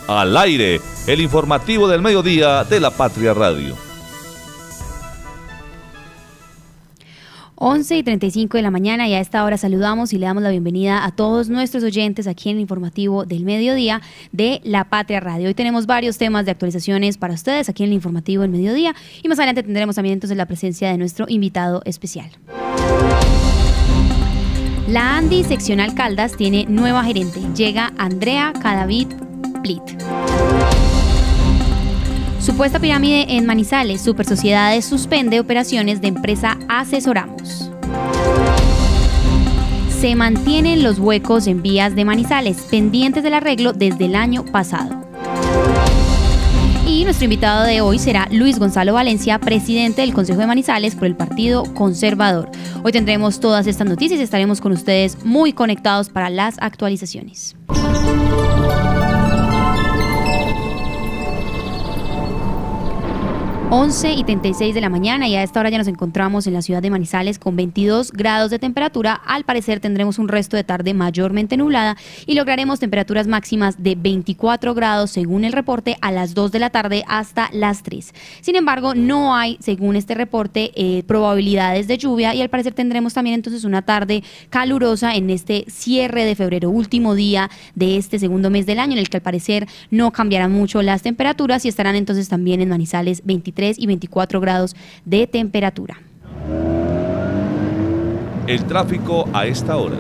Al aire, el informativo del mediodía de la Patria Radio. 11:35 de la mañana y a esta hora saludamos y le damos la bienvenida a todos nuestros oyentes aquí en el informativo del mediodía de La Patria Radio. Hoy tenemos varios temas de actualizaciones para ustedes aquí en el informativo del mediodía y más adelante tendremos también entonces la presencia de nuestro invitado especial. La ANDI Seccional Caldas tiene nueva gerente. Llega Andrea Cadavid Plit. Supuesta pirámide en Manizales. Supersociedades suspende operaciones de empresa Asesoramos. Se mantienen los huecos en vías de Manizales, pendientes del arreglo desde el año pasado. Y nuestro invitado de hoy será Luis Gonzalo Valencia, presidente del Consejo de Manizales por el Partido Conservador. Hoy tendremos todas estas noticias y estaremos con ustedes muy conectados para las actualizaciones. 11:36 de la mañana y a esta hora ya nos encontramos en la ciudad de Manizales con 22 grados de temperatura. Al parecer tendremos un resto de tarde mayormente nublada y lograremos temperaturas máximas de 24 grados según el reporte a las 2 de la tarde hasta las 3. Sin embargo, no hay, según este reporte, probabilidades de lluvia y al parecer tendremos también entonces una tarde calurosa en este cierre de febrero, último día de este segundo mes del año, en el que al parecer no cambiarán mucho las temperaturas y estarán entonces también en Manizales 23 y 24 grados de temperatura. El tráfico a esta hora.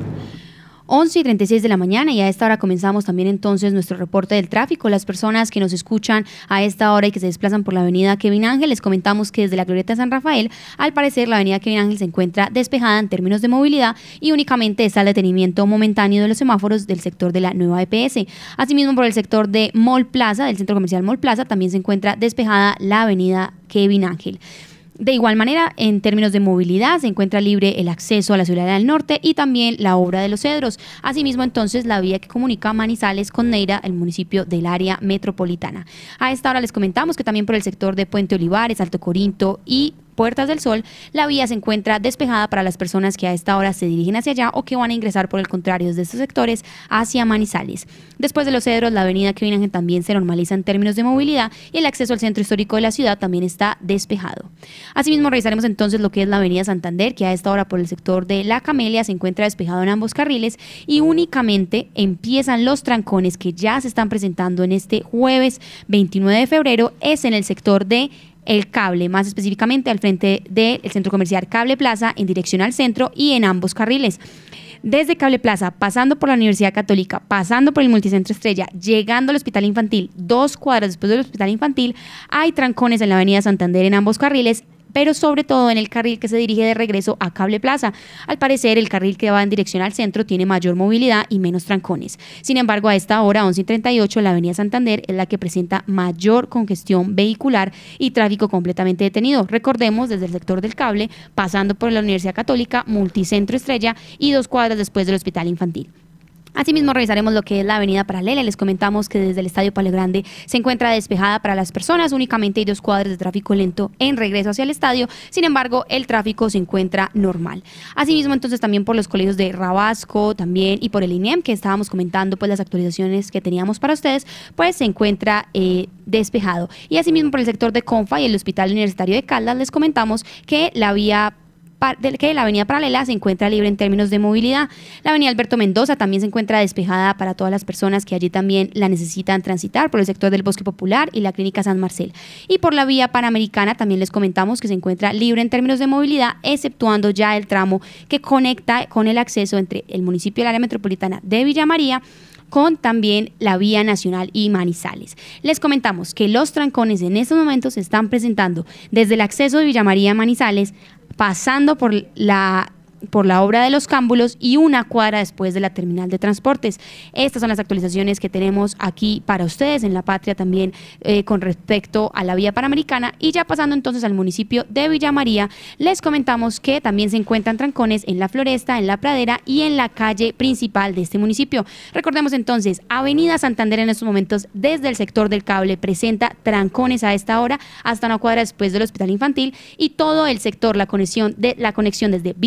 11:36 de la mañana y a esta hora comenzamos también entonces nuestro reporte del tráfico. Las personas que nos escuchan a esta hora y que se desplazan por la avenida Kevin Ángel, les comentamos que desde la Glorieta de San Rafael, al parecer la avenida Kevin Ángel se encuentra despejada en términos de movilidad y únicamente está el detenimiento momentáneo de los semáforos del sector de la nueva EPS. Asimismo, por el sector de Mall Plaza, del centro comercial Mall Plaza, también se encuentra despejada la avenida Kevin Ángel. De igual manera, en términos de movilidad, se encuentra libre el acceso a la ciudad del norte y también la obra de los Cedros. Asimismo, entonces, la vía que comunica Manizales con Neira, el municipio del área metropolitana. A esta hora les comentamos que también por el sector de Puente Olivares, Alto Corinto y Puertas del Sol, la vía se encuentra despejada para las personas que a esta hora se dirigen hacia allá o que van a ingresar por el contrario desde estos sectores hacia Manizales. Después de los Cedros, la avenida Kevin Ángel también se normaliza en términos de movilidad y el acceso al centro histórico de la ciudad también está despejado. Asimismo, revisaremos entonces lo que es la avenida Santander, que a esta hora por el sector de La Camelia se encuentra despejado en ambos carriles y únicamente empiezan los trancones que ya se están presentando en este jueves 29 de febrero, es en el sector de El Cable, más específicamente al frente del centro comercial Cable Plaza en dirección al centro y en ambos carriles. Desde Cable Plaza, pasando por la Universidad Católica, pasando por el Multicentro Estrella, llegando al Hospital Infantil, 2 cuadras después del Hospital Infantil, hay trancones en la avenida Santander en ambos carriles, pero sobre todo en el carril que se dirige de regreso a Cable Plaza. Al parecer, el carril que va en dirección al centro tiene mayor movilidad y menos trancones. Sin embargo, a esta hora, 11:38, la avenida Santander es la que presenta mayor congestión vehicular y tráfico completamente detenido. Recordemos, desde el sector del Cable, pasando por la Universidad Católica, Multicentro Estrella y 2 cuadras después del Hospital Infantil. Asimismo, revisaremos lo que es la avenida paralela. Les comentamos que desde el Estadio Palo Grande se encuentra despejada para las personas. Únicamente hay 2 cuadras de tráfico lento en regreso hacia el estadio. Sin embargo, el tráfico se encuentra normal. Asimismo, entonces, también por los colegios de Rabasco también y por el INEM, que estábamos comentando pues las actualizaciones que teníamos para ustedes, pues se encuentra despejado. Y asimismo, por el sector de Confa y el Hospital Universitario de Caldas, les comentamos que la avenida paralela se encuentra libre en términos de movilidad. La avenida Alberto Mendoza también se encuentra despejada para todas las personas que allí también la necesitan transitar por el sector del Bosque Popular y la Clínica San Marcel. Y por la vía Panamericana también les comentamos que se encuentra libre en términos de movilidad, exceptuando ya el tramo que conecta con el acceso entre el municipio y el área metropolitana de Villa María con también la vía nacional y Manizales. Les comentamos que los trancones en estos momentos se están presentando desde el acceso de Villa María a Manizales, pasando por la obra de los Cámbulos y 1 cuadra después de la terminal de transportes. Estas son las actualizaciones que tenemos aquí para ustedes en La Patria también con respecto a la vía Panamericana. Y ya pasando entonces al municipio de Villa María, les comentamos que también se encuentran trancones en La Floresta, en La Pradera y en la calle principal de este municipio. Recordemos entonces, avenida Santander en estos momentos desde el sector del Cable presenta trancones a esta hora hasta 1 cuadra después del Hospital Infantil y todo el sector, la conexión desde Villa María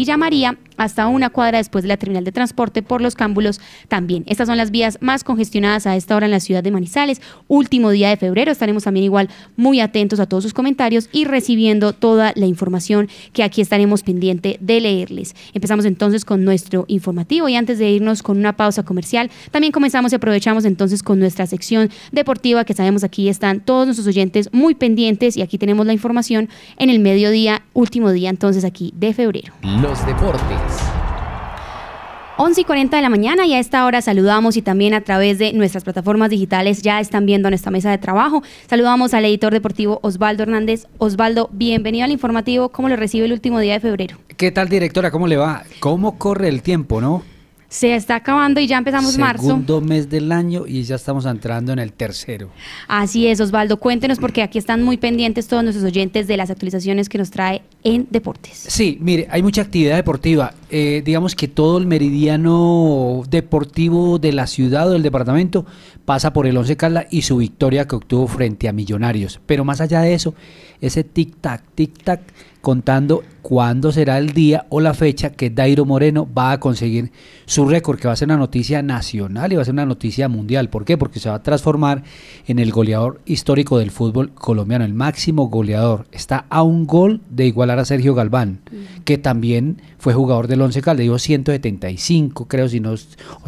vía hasta una cuadra después de la terminal de transporte por Los Cámbulos también. Estas son las vías más congestionadas a esta hora en la ciudad de Manizales. Último día de febrero, estaremos también igual muy atentos a todos sus comentarios y recibiendo toda la información que aquí estaremos pendiente de leerles. Empezamos entonces con nuestro informativo y antes de irnos con una pausa comercial, también comenzamos y aprovechamos entonces con nuestra sección deportiva, que sabemos aquí están todos nuestros oyentes muy pendientes y aquí tenemos la información en el mediodía, último día entonces aquí de febrero. Los deportes. 11:40 de la mañana y a esta hora saludamos y también a través de nuestras plataformas digitales ya están viendo nuestra mesa de trabajo. Saludamos al editor deportivo Osvaldo Hernández. Osvaldo, bienvenido al informativo. ¿Cómo lo recibe el último día de febrero? ¿Qué tal, directora? ¿Cómo le va? ¿Cómo corre el tiempo, no? Se está acabando y ya empezamos marzo. Segundo mes del año y ya estamos entrando en el tercero. Así es, Osvaldo. Cuéntenos porque aquí están muy pendientes todos nuestros oyentes de las actualizaciones que nos trae en deportes. Sí, mire, hay mucha actividad deportiva. Digamos que todo el meridiano deportivo de la ciudad o del departamento pasa por el Once Caldas y su victoria que obtuvo frente a Millonarios. Pero más allá de eso, ese tic-tac, contando cuándo será el día o la fecha que Dairo Moreno va a conseguir su récord, que va a ser una noticia nacional y va a ser una noticia mundial. ¿Por qué? Porque se va a transformar en el goleador histórico del fútbol colombiano, el máximo goleador. Está a un gol de igualar a Sergio Galván, que también fue jugador del Once Caldas, digo 175, creo, si no, o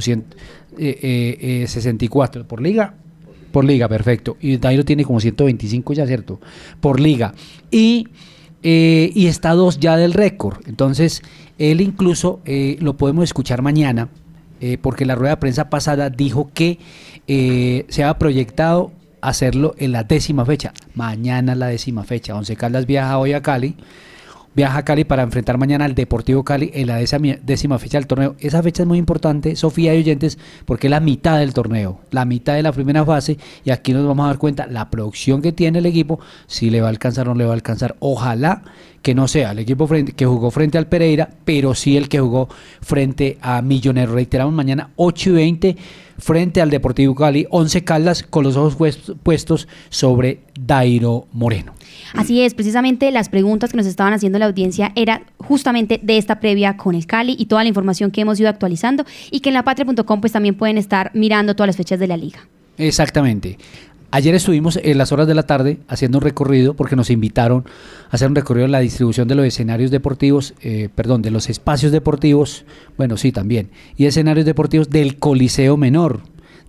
64 por liga. Por liga, perfecto. Y Dairo tiene como 125 ya, ¿cierto? Por liga. Y está 2 ya del récord. Entonces, él incluso lo podemos escuchar mañana, porque en la rueda de prensa pasada dijo que se había proyectado hacerlo en la 10ª fecha. Mañana la 10ª fecha. Once Caldas viaja hoy a Cali. Viaja a Cali para enfrentar mañana al Deportivo Cali en la 10ª fecha del torneo. Esa fecha es muy importante, Sofía y oyentes, porque es la mitad del torneo, la mitad de la primera fase, y aquí nos vamos a dar cuenta la producción que tiene el equipo, si le va a alcanzar o no le va a alcanzar. Ojalá que no sea el equipo que jugó frente al Pereira, pero sí el que jugó frente a Millonarios. Reiteramos, mañana 8:20 frente al Deportivo Cali, Once Caldas con los ojos puestos sobre Dairo Moreno. Así es, precisamente las preguntas que nos estaban haciendo la audiencia era justamente de esta previa con el Cali y toda la información que hemos ido actualizando y que en lapatria.com pues también pueden estar mirando todas las fechas de la liga. Exactamente. Ayer estuvimos en las horas de la tarde haciendo un recorrido porque nos invitaron a hacer un recorrido en la distribución de los escenarios deportivos, de los espacios deportivos, bueno, sí, también, y escenarios deportivos del Coliseo Menor,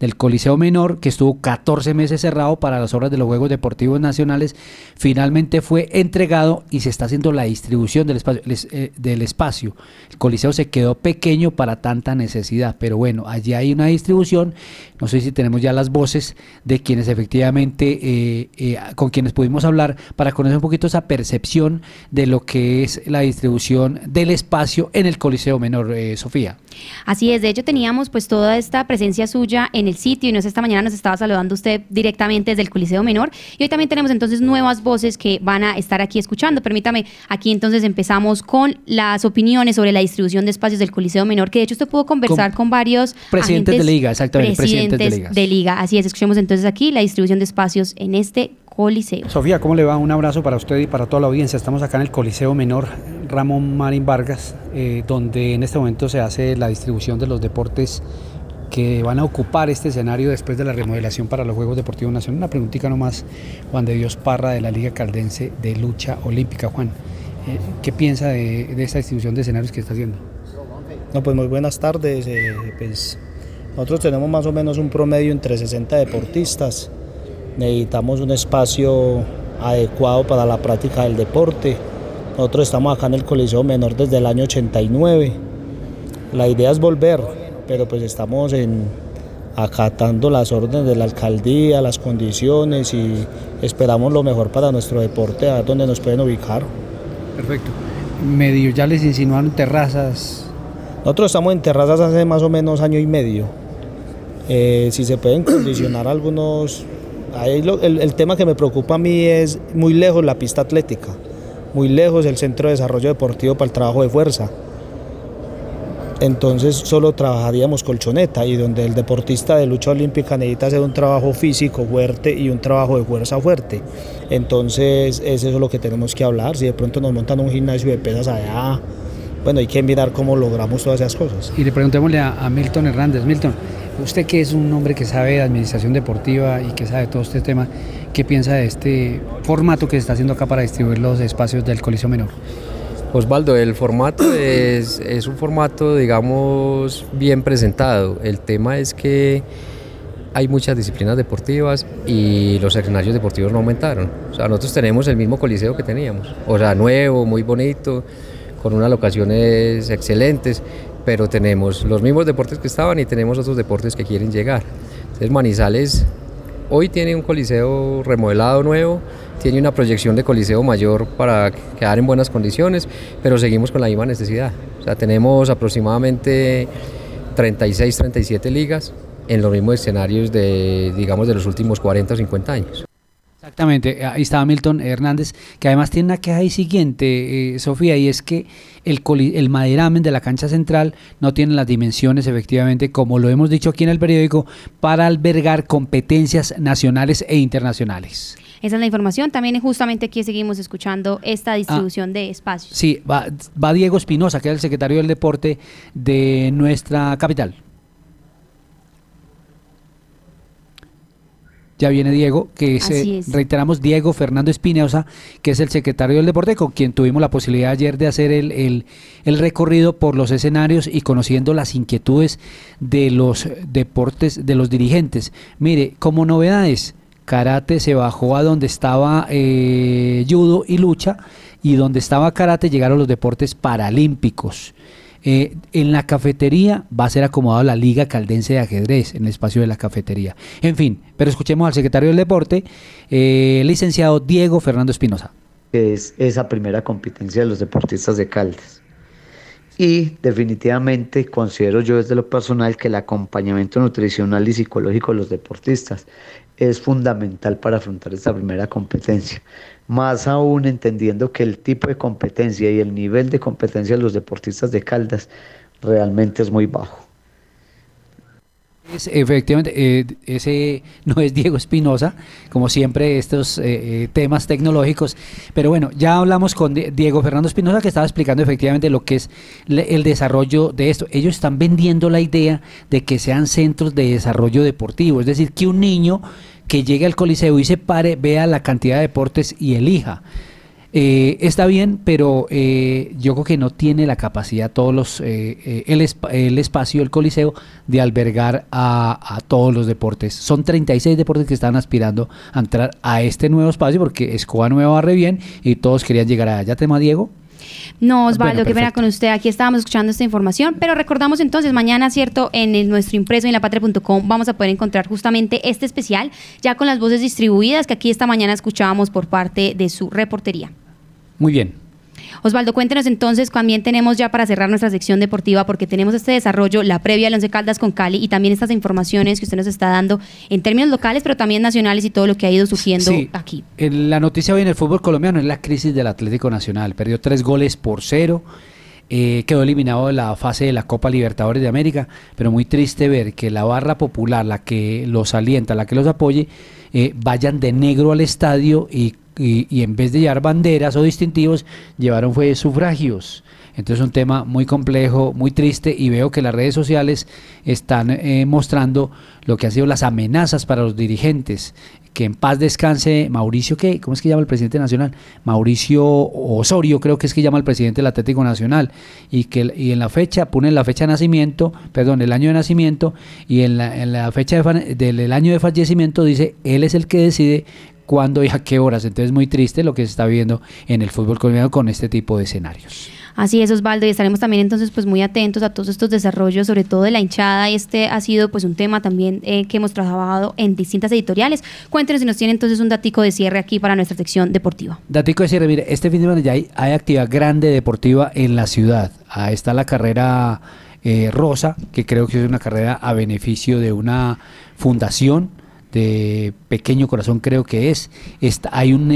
que estuvo 14 meses cerrado para las obras de los Juegos Deportivos Nacionales. Finalmente fue entregado y se está haciendo la distribución del espacio. El Coliseo se quedó pequeño para tanta necesidad, pero bueno, allí hay una distribución. No sé si tenemos ya las voces de quienes efectivamente, con quienes pudimos hablar para conocer un poquito esa percepción de lo que es la distribución del espacio en el Coliseo Menor, Sofía. Así es, de hecho teníamos pues toda esta presencia suya en el sitio y esta mañana nos estaba saludando usted directamente desde el Coliseo Menor y hoy también tenemos entonces nuevas voces que van a estar aquí escuchando. Permítame, aquí entonces empezamos con las opiniones sobre la distribución de espacios del Coliseo Menor, que de hecho usted pudo conversar con varios presidentes de liga, exactamente, presidentes de liga. Así es, escuchemos entonces aquí la distribución de espacios en este Coliseo. Sofía, ¿cómo le va? Un abrazo para usted y para toda la audiencia. Estamos acá en el Coliseo Menor Ramón Marín Vargas, donde en este momento se hace la distribución de los deportes que van a ocupar este escenario después de la remodelación para los Juegos Deportivos Nacionales. Una preguntita nomás, Juan de Dios Parra, de la Liga Caldense de Lucha Olímpica. Juan, ¿qué piensa de esta distribución de escenarios que está haciendo? No, pues muy buenas tardes. Pues nosotros tenemos más o menos un promedio entre 60 deportistas. Necesitamos un espacio adecuado para la práctica del deporte. Nosotros estamos acá en el Coliseo Menor desde el año 89. La idea es volver, pero pues estamos acatando las órdenes de la alcaldía, las condiciones, y esperamos lo mejor para nuestro deporte, a ver dónde nos pueden ubicar. Perfecto. Medio ya les insinuaron terrazas. Nosotros estamos en terrazas hace más o menos año y medio. Si se pueden condicionar algunos... Ahí el tema que me preocupa a mí es muy lejos la pista atlética, muy lejos el centro de desarrollo deportivo para el trabajo de fuerza. Entonces solo trabajaríamos colchoneta, y donde el deportista de lucha olímpica necesita hacer un trabajo físico fuerte y un trabajo de fuerza fuerte. Entonces eso es lo que tenemos que hablar. Si de pronto nos montan un gimnasio de pesas allá, bueno, hay que mirar cómo logramos todas esas cosas. Y le preguntémosle a Milton Hernández. Milton, usted que es un hombre que sabe de administración deportiva y que sabe todo este tema, ¿qué piensa de este formato que se está haciendo acá para distribuir los espacios del Coliseo Menor? Osvaldo, el formato es un formato, digamos, bien presentado. El tema es que hay muchas disciplinas deportivas y los escenarios deportivos no aumentaron. O sea, nosotros tenemos el mismo coliseo que teníamos, o sea, nuevo, muy bonito, con unas locaciones excelentes, pero tenemos los mismos deportes que estaban y tenemos otros deportes que quieren llegar. Entonces Manizales hoy tiene un coliseo remodelado nuevo, tiene una proyección de coliseo mayor para quedar en buenas condiciones, pero seguimos con la misma necesidad. O sea, tenemos aproximadamente 36, 37 ligas en los mismos escenarios de, digamos, de los últimos 40 o 50 años. Exactamente, ahí estaba Milton Hernández, que además tiene una queja ahí siguiente, Sofía, y es que el maderamen de la cancha central no tiene las dimensiones, efectivamente, como lo hemos dicho aquí en el periódico, para albergar competencias nacionales e internacionales. Esa es la información. También justamente aquí seguimos escuchando esta distribución de espacios. Sí, va Diego Espinosa, que es el secretario del deporte de nuestra capital. Ya viene Diego, que reiteramos, Diego Fernando Espinosa, que es el secretario del deporte, con quien tuvimos la posibilidad ayer de hacer el recorrido por los escenarios y conociendo las inquietudes de los deportes, de los dirigentes. Mire, como novedades, karate se bajó a donde estaba judo y lucha, y donde estaba karate llegaron los deportes paralímpicos. En la cafetería va a ser acomodado la Liga Caldense de Ajedrez, en el espacio de la cafetería. En fin, pero escuchemos al secretario del deporte, licenciado Diego Fernando Espinosa. Es esa primera competencia de los deportistas de Caldas. Y definitivamente considero yo desde lo personal que el acompañamiento nutricional y psicológico de los deportistas es fundamental para afrontar esta primera competencia. Más aún entendiendo que el tipo de competencia y el nivel de competencia de los deportistas de Caldas realmente es muy bajo. Efectivamente, ese no es Diego Espinosa, como siempre estos temas tecnológicos, pero bueno, ya hablamos con Diego Fernando Espinosa, que estaba explicando efectivamente lo que es el desarrollo de esto. Ellos están vendiendo la idea de que sean centros de desarrollo deportivo, es decir, que un niño que llegue al coliseo y se pare, vea la cantidad de deportes y elija. Está bien, pero yo creo que no tiene la capacidad el espacio del Coliseo de albergar a todos los deportes. Son 36 deportes que están aspirando a entrar a este nuevo espacio, porque Escoba Nueva va re bien y todos querían llegar allá. ¿Ya tema, Diego? No, Osvaldo, Bueno, qué pena con usted. Aquí estábamos escuchando esta información, pero recordamos entonces, mañana, cierto, en nuestro impreso en lapatria.com vamos a poder encontrar justamente este especial, ya con las voces distribuidas que aquí esta mañana escuchábamos por parte de su reportería. Muy bien. Osvaldo, cuéntenos entonces, también tenemos ya para cerrar nuestra sección deportiva, porque tenemos este desarrollo, la previa del Once Caldas con Cali, y también estas informaciones que usted nos está dando en términos locales, pero también nacionales, y todo lo que ha ido surgiendo aquí. La noticia hoy en el fútbol colombiano es la crisis del Atlético Nacional. Perdió 3-0, quedó eliminado de la fase de la Copa Libertadores de América, pero muy triste ver que la barra popular, la que los alienta, la que los apoye, vayan de negro al estadio y en vez de llevar banderas o distintivos, llevaron fue sufragios. Entonces es un tema muy complejo, muy triste, y veo que las redes sociales están mostrando lo que han sido las amenazas para los dirigentes. Que en paz descanse Mauricio, ¿cómo es que llama el presidente nacional? Mauricio Osorio, creo que es que llama el presidente del Atlético Nacional, y en la fecha, ponen la fecha de nacimiento, perdón, el año de nacimiento, y en la fecha del año de fallecimiento dice, él es el que decide cuándo y a qué horas. Entonces muy triste lo que se está viendo en el fútbol colombiano con este tipo de escenarios. Así es, Osvaldo, y estaremos también entonces pues muy atentos a todos estos desarrollos, sobre todo de la hinchada. Este ha sido pues un tema también que hemos trabajado en distintas editoriales. Cuéntenos si nos tiene entonces un datico de cierre aquí para nuestra sección deportiva. Datico de cierre, mire, este fin de semana ya hay actividad grande deportiva en la ciudad. Ahí está la carrera Rosa, que creo que es una carrera a beneficio de una fundación de Pequeño Corazón, creo que hay un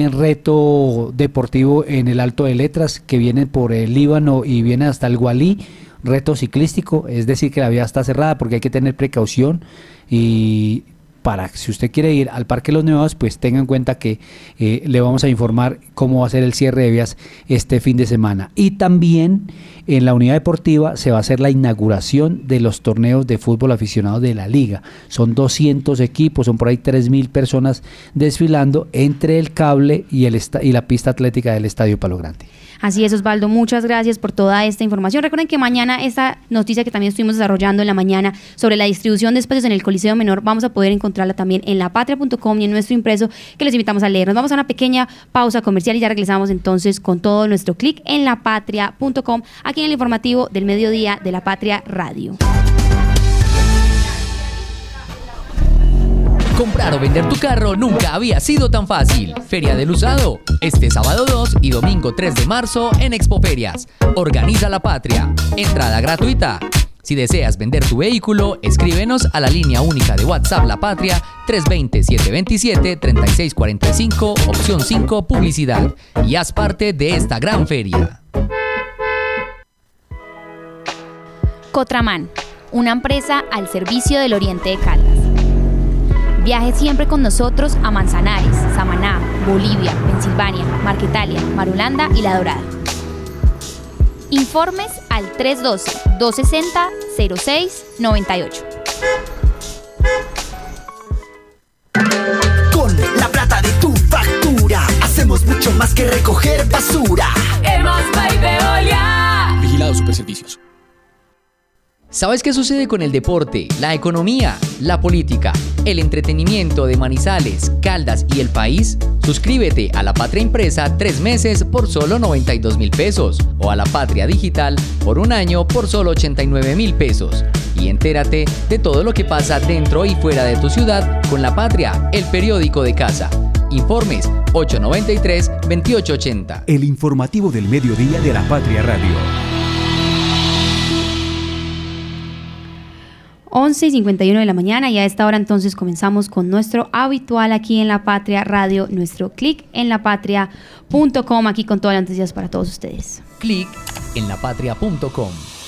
reto deportivo en el Alto de Letras que viene por el Líbano y viene hasta el Gualí, reto ciclístico, es decir que la vía está cerrada porque hay que tener precaución, y para que si usted quiere ir al Parque Los Nevados, pues tenga en cuenta que le vamos a informar cómo va a ser el cierre de vías este fin de semana. Y también en la unidad deportiva se va a hacer la inauguración de los torneos de fútbol aficionado de la liga. Son 200 equipos, son por ahí 3.000 personas desfilando entre el cable y la pista atlética del Estadio Palo Grande. Así es, Osvaldo, muchas gracias por toda esta información. Recuerden que mañana esta noticia que también estuvimos desarrollando en la mañana sobre la distribución de espacios en el Coliseo Menor, vamos a poder encontrarla también en lapatria.com y en nuestro impreso, que les invitamos a leer. Nos vamos a una pequeña pausa comercial y ya regresamos entonces con todo nuestro clic en lapatria.com, aquí en el informativo del mediodía de La Patria Radio. Comprar o vender tu carro nunca había sido tan fácil. Feria del Usado, este sábado 2 y domingo 3 de marzo en Expoferias. Organiza La Patria. Entrada gratuita. Si deseas vender tu vehículo, escríbenos a la línea única de WhatsApp La Patria 320-727-3645, opción 5, publicidad. Y haz parte de esta gran feria. Cotraman, una empresa al servicio del Oriente de Caldas. Viaje siempre con nosotros a Manzanares, Samaná, Bolivia, Pensilvania, Marquetalia, Marulanda y La Dorada. Informes al 312-260-0698. Con la plata de tu factura hacemos mucho más que recoger basura. Hemos Veolia. Vigilado Superservicios. ¿Sabes qué sucede con el deporte, la economía, la política, el entretenimiento de Manizales, Caldas y el país? Suscríbete a La Patria Impresa 3 meses por solo 92.000 pesos o a La Patria Digital por un año por solo 89.000 pesos. Y entérate de todo lo que pasa dentro y fuera de tu ciudad con La Patria, el periódico de casa. Informes 893-2880. El informativo del mediodía de La Patria Radio. 11:51 de la mañana y a esta hora entonces comenzamos con nuestro habitual aquí en La Patria Radio, nuestro clic en lapatria.com, aquí con todas las noticias para todos ustedes. Clic en lapatria.com.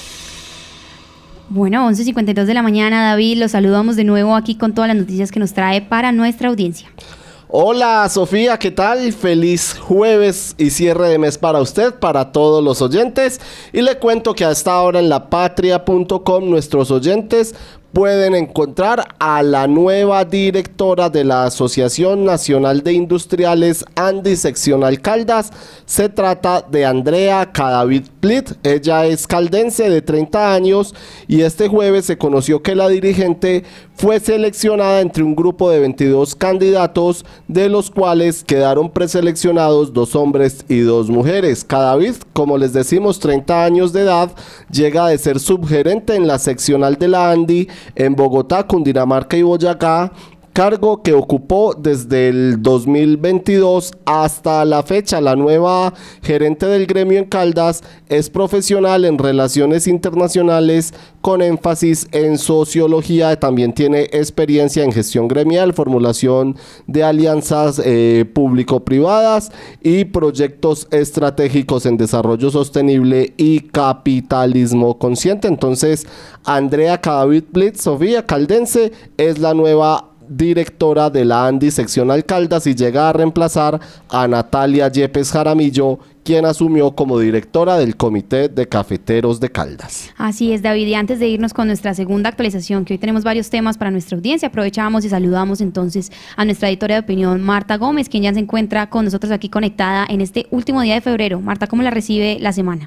Bueno, 11:52 de la mañana, David, los saludamos de nuevo aquí con todas las noticias que nos trae para nuestra audiencia. Hola Sofía, ¿qué tal? Feliz jueves y cierre de mes para usted, para todos los oyentes. Y le cuento que a esta hora en lapatria.com nuestros oyentes pueden encontrar a la nueva directora de la Asociación Nacional de Industriales Andi Seccional Caldas. Se trata de Andrea Cadavid Plit. Ella es caldense de 30 años y este jueves se conoció que la dirigente fue seleccionada entre un grupo de 22 candidatos, de los cuales quedaron preseleccionados 2 hombres y 2 mujeres. Cadavid, como les decimos, 30 años de edad, llega de ser subgerente en la seccional de la Andi en Bogotá, Cundinamarca y Boyacá, cargo que ocupó desde el 2022 hasta la fecha. La nueva gerente del gremio en Caldas es profesional en relaciones internacionales con énfasis en sociología. También tiene experiencia en gestión gremial, formulación de alianzas público-privadas y proyectos estratégicos en desarrollo sostenible y capitalismo consciente. Entonces, Andrea Cadavid Blitz, Sofía, caldense, es la nueva directora de la Andi Seccional Caldas y llega a reemplazar a Natalia Yepes Jaramillo, quien asumió como directora del Comité de Cafeteros de Caldas. Así es, David, y antes de irnos con nuestra segunda actualización, que hoy tenemos varios temas para nuestra audiencia, aprovechamos y saludamos entonces a nuestra editora de opinión, Marta Gómez, quien ya se encuentra con nosotros aquí conectada en este último día de febrero. Marta, ¿cómo la recibe la semana?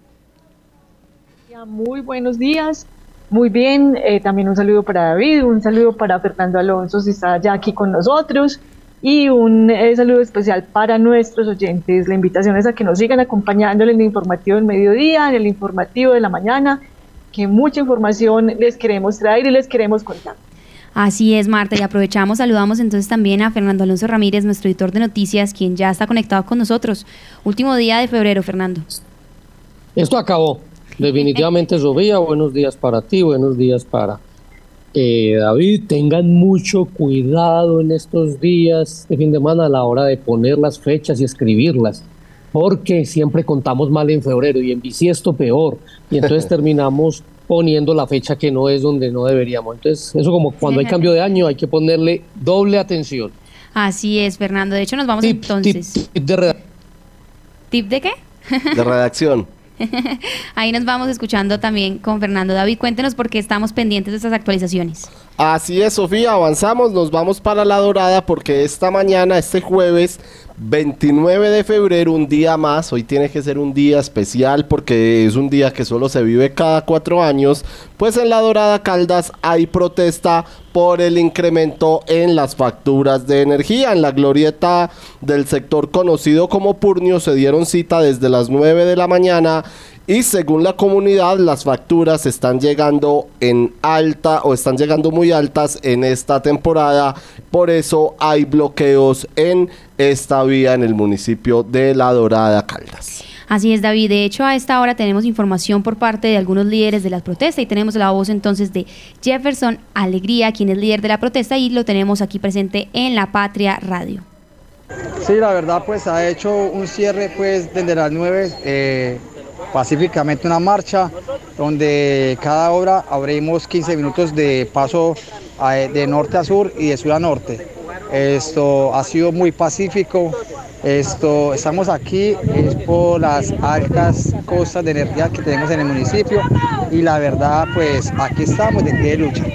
Muy buenos días. Muy bien, también un saludo para David, un saludo para Fernando Alonso, si está ya aquí con nosotros, y un saludo especial para nuestros oyentes. La invitación es a que nos sigan acompañando en el informativo del mediodía, en el informativo de la mañana, que mucha información les queremos traer y les queremos contar. Así es, Marta, y aprovechamos, saludamos entonces también a Fernando Alonso Ramírez, nuestro editor de noticias, quien ya está conectado con nosotros. Último día de febrero, Fernando. Esto acabó. Definitivamente, Sofía, buenos días para ti, buenos días para David. Tengan mucho cuidado en estos días de fin de semana a la hora de poner las fechas y escribirlas, porque siempre contamos mal en febrero y en bisiesto peor, y entonces terminamos poniendo la fecha que no es donde no deberíamos. Entonces, eso como cuando hay cambio de año hay que ponerle doble atención. Así es, Fernando. De hecho, nos vamos entonces. Tip de redacción. ¿Tip de qué? De redacción. Ahí nos vamos escuchando también con Fernando. David, cuéntenos por qué estamos pendientes de estas actualizaciones. Así es, Sofía, avanzamos, nos vamos para La Dorada porque esta mañana, este jueves 29 de febrero, un día más, hoy tiene que ser un día especial porque es un día que solo se vive cada 4 años, pues en La Dorada Caldas hay protesta por el incremento en las facturas de energía. En la glorieta del sector conocido como Purnio se dieron cita desde las 9 de la mañana y según la comunidad las facturas están llegando en alta o están llegando muy altas en esta temporada, por eso hay bloqueos en esta vía en el municipio de La Dorada Caldas. Así es, David. De hecho, a esta hora tenemos información por parte de algunos líderes de la protesta y tenemos la voz entonces de Jefferson Alegría, quien es líder de la protesta, y lo tenemos aquí presente en La Patria Radio. Sí, la verdad pues ha hecho un cierre pues desde las 9 pacíficamente, una marcha donde cada hora abrimos 15 minutos de paso de norte a sur y de sur a norte. Esto ha sido muy pacífico. Estamos aquí es por las altas costas de energía que tenemos en el municipio y la verdad pues aquí estamos de pie de lucha.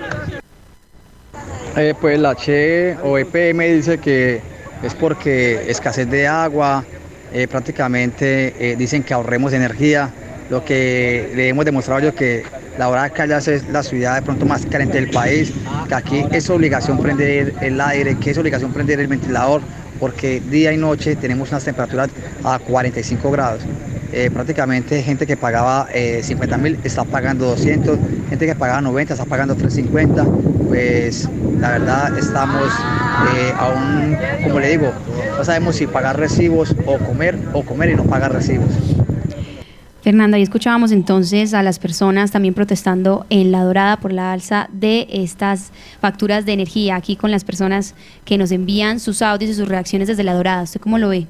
Pues la CHE o EPM dice que es porque escasez de agua, prácticamente dicen que ahorremos energía. Lo que le hemos demostrado yo que La Dorada Caldas es la ciudad de pronto más caliente del país, que aquí es obligación prender el aire, que es obligación prender el ventilador, porque día y noche tenemos unas temperaturas a 45 grados. Prácticamente gente que pagaba 50.000 está pagando 200, gente que pagaba 90 está pagando 350. Pues la verdad estamos aún, como le digo, no sabemos si pagar recibos o comer y no pagar recibos. Fernando, ahí escuchábamos entonces a las personas también protestando en La Dorada por la alza de estas facturas de energía, aquí con las personas que nos envían sus audios y sus reacciones desde La Dorada. ¿Usted cómo lo ve?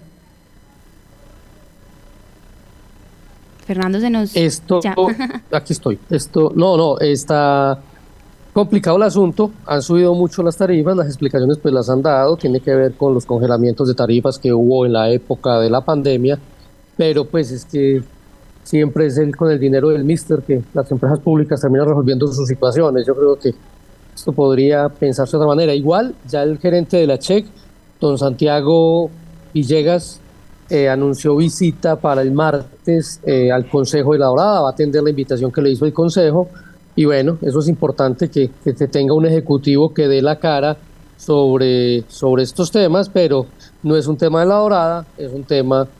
Fernando, se nos... Aquí estoy. Está complicado el asunto, han subido mucho las tarifas, las explicaciones pues las han dado, tiene que ver con los congelamientos de tarifas que hubo en la época de la pandemia, pero pues es que siempre es con el dinero del mister que las empresas públicas terminan resolviendo sus situaciones. Yo creo que esto podría pensarse de otra manera. Igual, ya el gerente de la CHEC, don Santiago Villegas, anunció visita para el martes al Consejo de La Dorada, va a atender la invitación que le hizo el Consejo, y bueno, eso es importante que se tenga un ejecutivo que dé la cara sobre estos temas, pero no es un tema de La Dorada, es un tema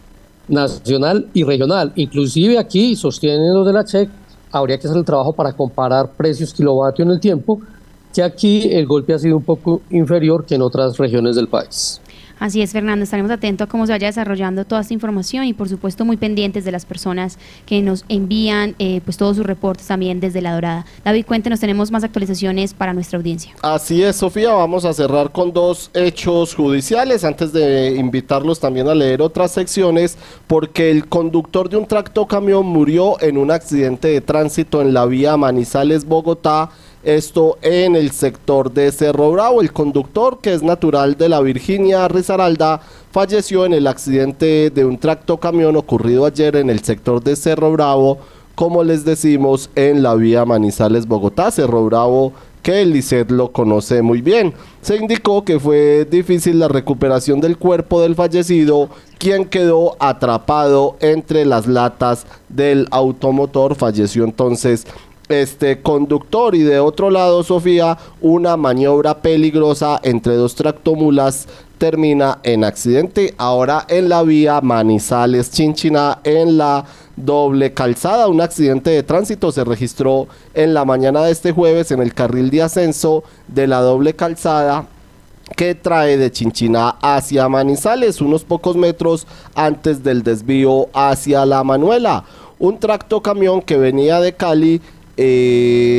nacional y regional. Inclusive aquí sostienen los de la CHEC, habría que hacer el trabajo para comparar precios kilovatio en el tiempo, que aquí el golpe ha sido un poco inferior que en otras regiones del país. Así es, Fernando, estaremos atentos a cómo se vaya desarrollando toda esta información y por supuesto muy pendientes de las personas que nos envían pues todos sus reportes también desde La Dorada. David, cuéntenos, tenemos más actualizaciones para nuestra audiencia. Así es, Sofía, vamos a cerrar con 2 hechos judiciales antes de invitarlos también a leer otras secciones, porque el conductor de un tractocamión murió en un accidente de tránsito en la vía Manizales-Bogotá. Esto en el sector de Cerro Bravo. El conductor, que es natural de la Virginia Risaralda, falleció en el accidente de un tractocamión ocurrido ayer en el sector de Cerro Bravo, como les decimos, en la vía Manizales-Bogotá. Cerro Bravo, que el ICET lo conoce muy bien. Se indicó que fue difícil la recuperación del cuerpo del fallecido, quien quedó atrapado entre las latas del automotor. Falleció entonces este conductor. Y de otro lado, Sofía, una maniobra peligrosa entre 2 tractomulas termina en accidente, ahora en la vía Manizales-Chinchiná, en la doble calzada. Un accidente de tránsito se registró en la mañana de este jueves en el carril de ascenso de la doble calzada que trae de Chinchiná hacia Manizales, unos pocos metros antes del desvío hacia La Manuela. Un tractocamión que venía de Cali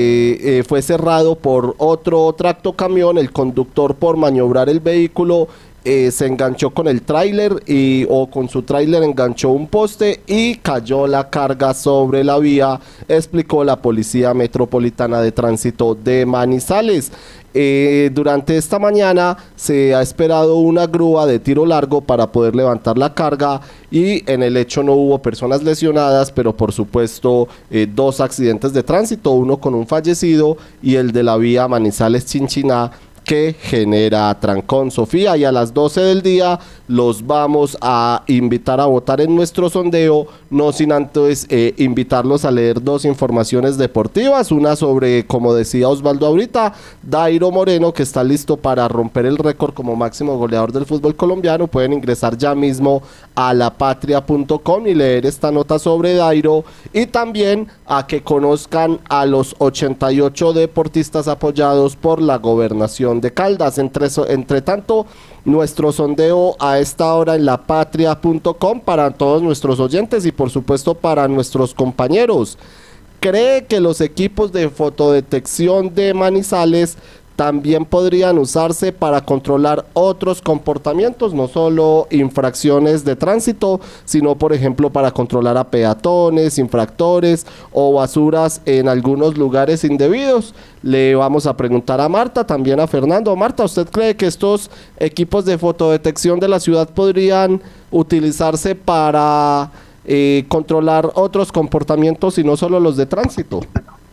fue cerrado por otro tractocamión. El conductor, por maniobrar el vehículo se enganchó con el tráiler o con su tráiler enganchó un poste y cayó la carga sobre la vía, explicó la Policía Metropolitana de Tránsito de Manizales. Durante esta mañana se ha esperado una grúa de tiro largo para poder levantar la carga y en el hecho no hubo personas lesionadas, pero por supuesto 2 accidentes de tránsito, uno con un fallecido y el de la vía Manizales-Chinchiná, que genera trancón. Sofía, y a las 12 del día los vamos a invitar a votar en nuestro sondeo, no sin antes invitarlos a leer 2 informaciones deportivas, una sobre, como decía Osvaldo ahorita, Dairo Moreno, que está listo para romper el récord como máximo goleador del fútbol colombiano. Pueden ingresar ya mismo a lapatria.com y leer esta nota sobre Dairo, y también a que conozcan a los 88 deportistas apoyados por la gobernación de Caldas. Entre tanto, nuestro sondeo a esta hora en lapatria.com para todos nuestros oyentes y por supuesto para nuestros compañeros. ¿Cree que los equipos de fotodetección de Manizales también podrían usarse para controlar otros comportamientos, no solo infracciones de tránsito, sino por ejemplo para controlar a peatones, infractores o basuras en algunos lugares indebidos? Le vamos a preguntar a Marta, también a Fernando. Marta, ¿usted cree que estos equipos de fotodetección de la ciudad podrían utilizarse para controlar otros comportamientos y no solo los de tránsito?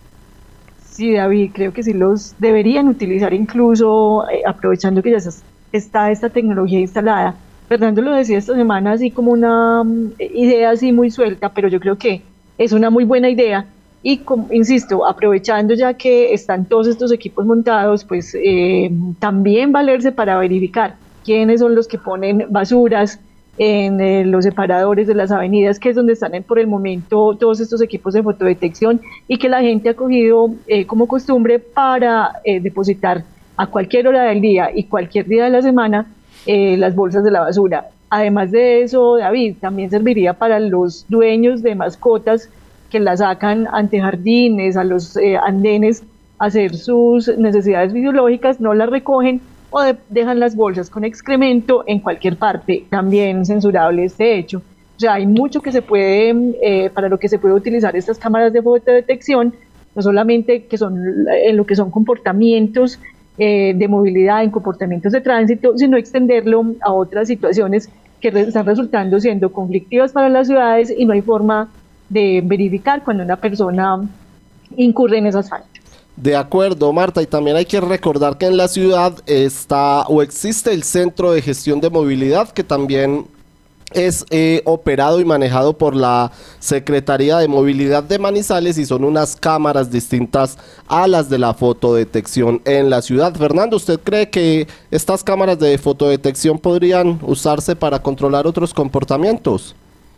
Sí, David, creo que sí los deberían utilizar, incluso aprovechando que ya está esta tecnología instalada. Fernando lo decía esta semana así como una idea así muy suelta, pero yo creo que es una muy buena idea y insisto, aprovechando ya que están todos estos equipos montados, pues también valerse para verificar quiénes son los que ponen basuras en los separadores de las avenidas, que es donde están por el momento todos estos equipos de fotodetección, y que la gente ha cogido como costumbre para depositar a cualquier hora del día y cualquier día de la semana las bolsas de la basura. Además de eso, David, también serviría para los dueños de mascotas que las sacan ante jardines, a los andenes, a hacer sus necesidades fisiológicas, no las recogen o dejan las bolsas con excremento en cualquier parte, también censurable este hecho. O sea, hay mucho que se puede, para lo que se puede utilizar estas cámaras de fotodetección, no solamente que son en lo que son comportamientos de movilidad, en comportamientos de tránsito, sino extenderlo a otras situaciones que están resultando siendo conflictivas para las ciudades y no hay forma de verificar cuando una persona incurre en esas faltas. De acuerdo, Marta, y también hay que recordar que en la ciudad está o existe el Centro de Gestión de Movilidad, que también es operado y manejado por la Secretaría de Movilidad de Manizales, y son unas cámaras distintas a las de la fotodetección en la ciudad. Fernando, ¿usted cree que estas cámaras de fotodetección podrían usarse para controlar otros comportamientos?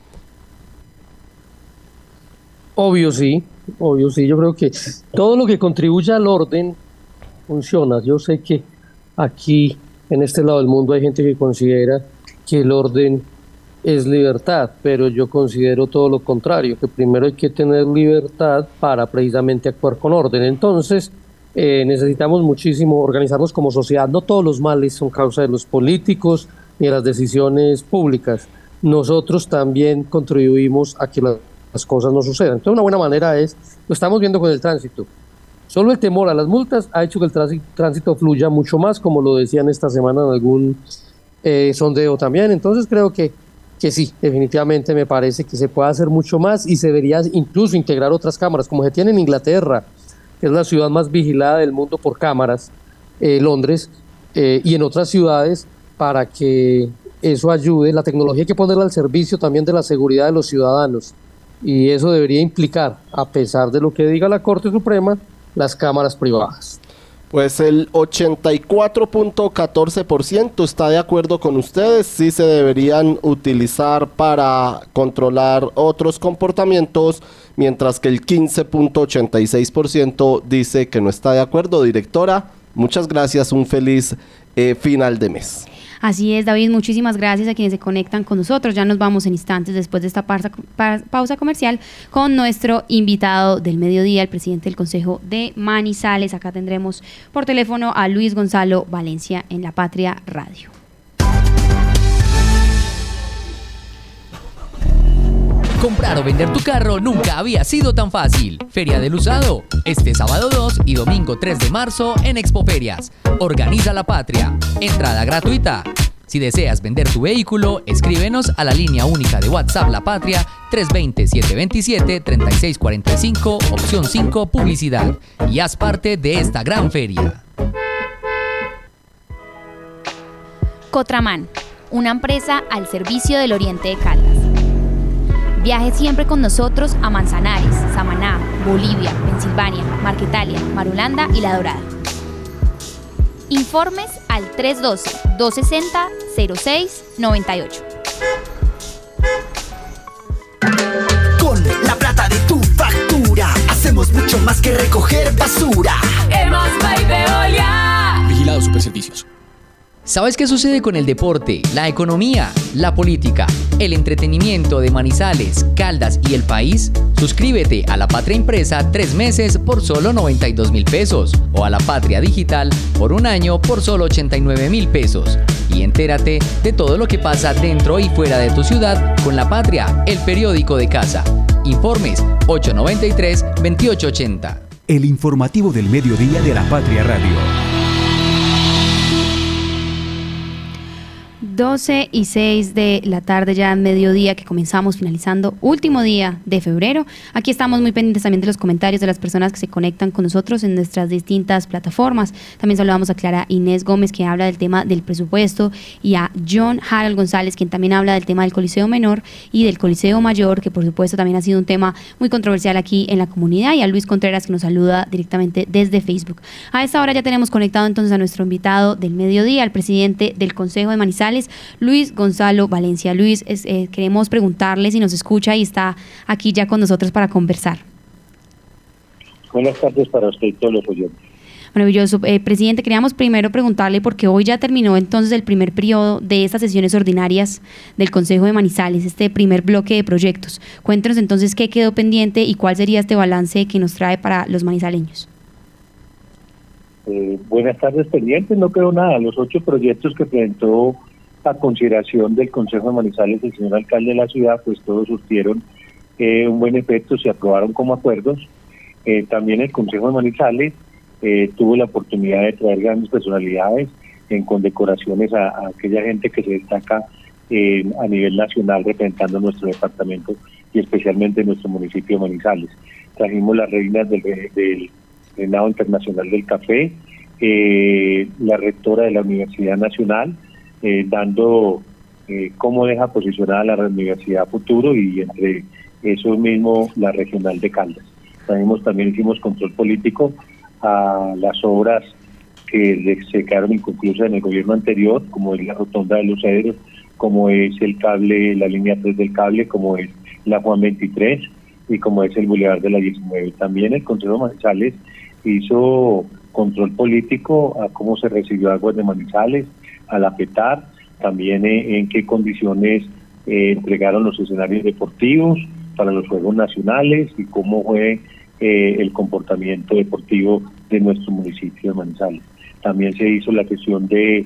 Obvio sí, yo creo que todo lo que contribuya al orden funciona. Yo sé que aquí, en este lado del mundo, hay gente que considera que el orden es libertad, pero yo considero todo lo contrario, que primero hay que tener libertad para precisamente actuar con orden. Entonces, necesitamos muchísimo organizarnos como sociedad. No todos los males son causa de los políticos ni de las decisiones públicas. Nosotros también contribuimos a que las cosas no sucedan. Entonces, una buena manera es, lo estamos viendo con el tránsito. Solo el temor a las multas ha hecho que el tránsito fluya mucho más, como lo decían esta semana en algún sondeo también. Entonces, creo que sí, definitivamente me parece que se puede hacer mucho más y se debería incluso integrar otras cámaras, como se tiene en Inglaterra, que es la ciudad más vigilada del mundo por cámaras, Londres, y en otras ciudades, para que eso ayude. La tecnología hay que ponerla al servicio también de la seguridad de los ciudadanos. Y eso debería implicar, a pesar de lo que diga la Corte Suprema, las cámaras privadas. Pues el 84.14% está de acuerdo con ustedes, sí se deberían utilizar para controlar otros comportamientos, mientras que el 15.86% dice que no está de acuerdo. Directora, muchas gracias, un feliz final de mes. Así es, David, muchísimas gracias a quienes se conectan con nosotros. Ya nos vamos en instantes después de esta pausa comercial con nuestro invitado del mediodía, el presidente del Consejo de Manizales. Acá tendremos por teléfono a Luis Gonzalo Valencia en La Patria Radio. Comprar o vender tu carro nunca había sido tan fácil. Feria del Usado, este sábado 2 y domingo 3 de marzo en Expoferias. Organiza La Patria. Entrada gratuita. Si deseas vender tu vehículo, escríbenos a la línea única de WhatsApp La Patria 320-727-3645, opción 5, publicidad. Y haz parte de esta gran feria. Cotraman, una empresa al servicio del Oriente de Caldas. Viaje siempre con nosotros a Manzanares, Samaná, Bolivia, Pensilvania, Marquetalia, Marulanda y La Dorada. Informes al 312-260-0698. Con la plata de tu factura hacemos mucho más que recoger basura. Hemos Veolia. Vigilado Superservicios. ¿Sabes qué sucede con el deporte, la economía, la política, el entretenimiento de Manizales, Caldas y el país? Suscríbete a La Patria Impresa 3 meses por solo 92.000 pesos o a La Patria Digital por un año por solo 89.000 pesos. Y entérate de todo lo que pasa dentro y fuera de tu ciudad con La Patria, el periódico de casa. Informes 893-2880. El informativo del mediodía de La Patria Radio. 12:06 de la tarde, ya mediodía, que comenzamos, finalizando último día de febrero. Aquí estamos muy pendientes también de los comentarios de las personas que se conectan con nosotros en nuestras distintas plataformas. También saludamos a Clara Inés Gómez, que habla del tema del presupuesto, y a John Harold González, quien también habla del tema del Coliseo Menor y del Coliseo Mayor, que por supuesto también ha sido un tema muy controversial aquí en la comunidad, y a Luis Contreras, que nos saluda directamente desde Facebook. A esta hora ya tenemos conectado entonces a nuestro invitado del mediodía, al presidente del Consejo de Manizales, Luis Gonzalo Valencia. Luis, queremos preguntarle si nos escucha y está aquí ya con nosotros para conversar. Buenas tardes para usted y todos los oyentes. Maravilloso. Presidente, queríamos primero preguntarle, porque hoy ya terminó entonces el primer periodo de estas sesiones ordinarias del Consejo de Manizales, este primer bloque de proyectos. Cuéntenos entonces qué quedó pendiente y cuál sería este balance que nos trae para los manizaleños. Buenas tardes. Pendientes no quedó nada. Los 8 proyectos que presentó a consideración del Consejo de Manizales el señor alcalde de la ciudad, pues todos surtieron un buen efecto, se aprobaron como acuerdos. También el Consejo de Manizales tuvo la oportunidad de traer grandes personalidades en condecoraciones a aquella gente que se destaca a nivel nacional representando nuestro departamento y especialmente nuestro municipio de Manizales. Trajimos las reinas del reinado internacional del café, la rectora de la Universidad Nacional, dando cómo deja posicionada la universidad futuro, y entre eso mismo la regional de Caldas. También hicimos control político a las obras que se quedaron inconclusas en el gobierno anterior, como es la rotonda de los Cedros, como es el cable, la línea 3 del cable, como es la Juan 23 y como es el Boulevard de la 19. También el Consejo de Manizales hizo control político a cómo se recibió Aguas de Manizales, a la PETAR, también en qué condiciones entregaron los escenarios deportivos para los Juegos Nacionales y cómo fue el comportamiento deportivo de nuestro municipio de Manizales. También se hizo la gestión de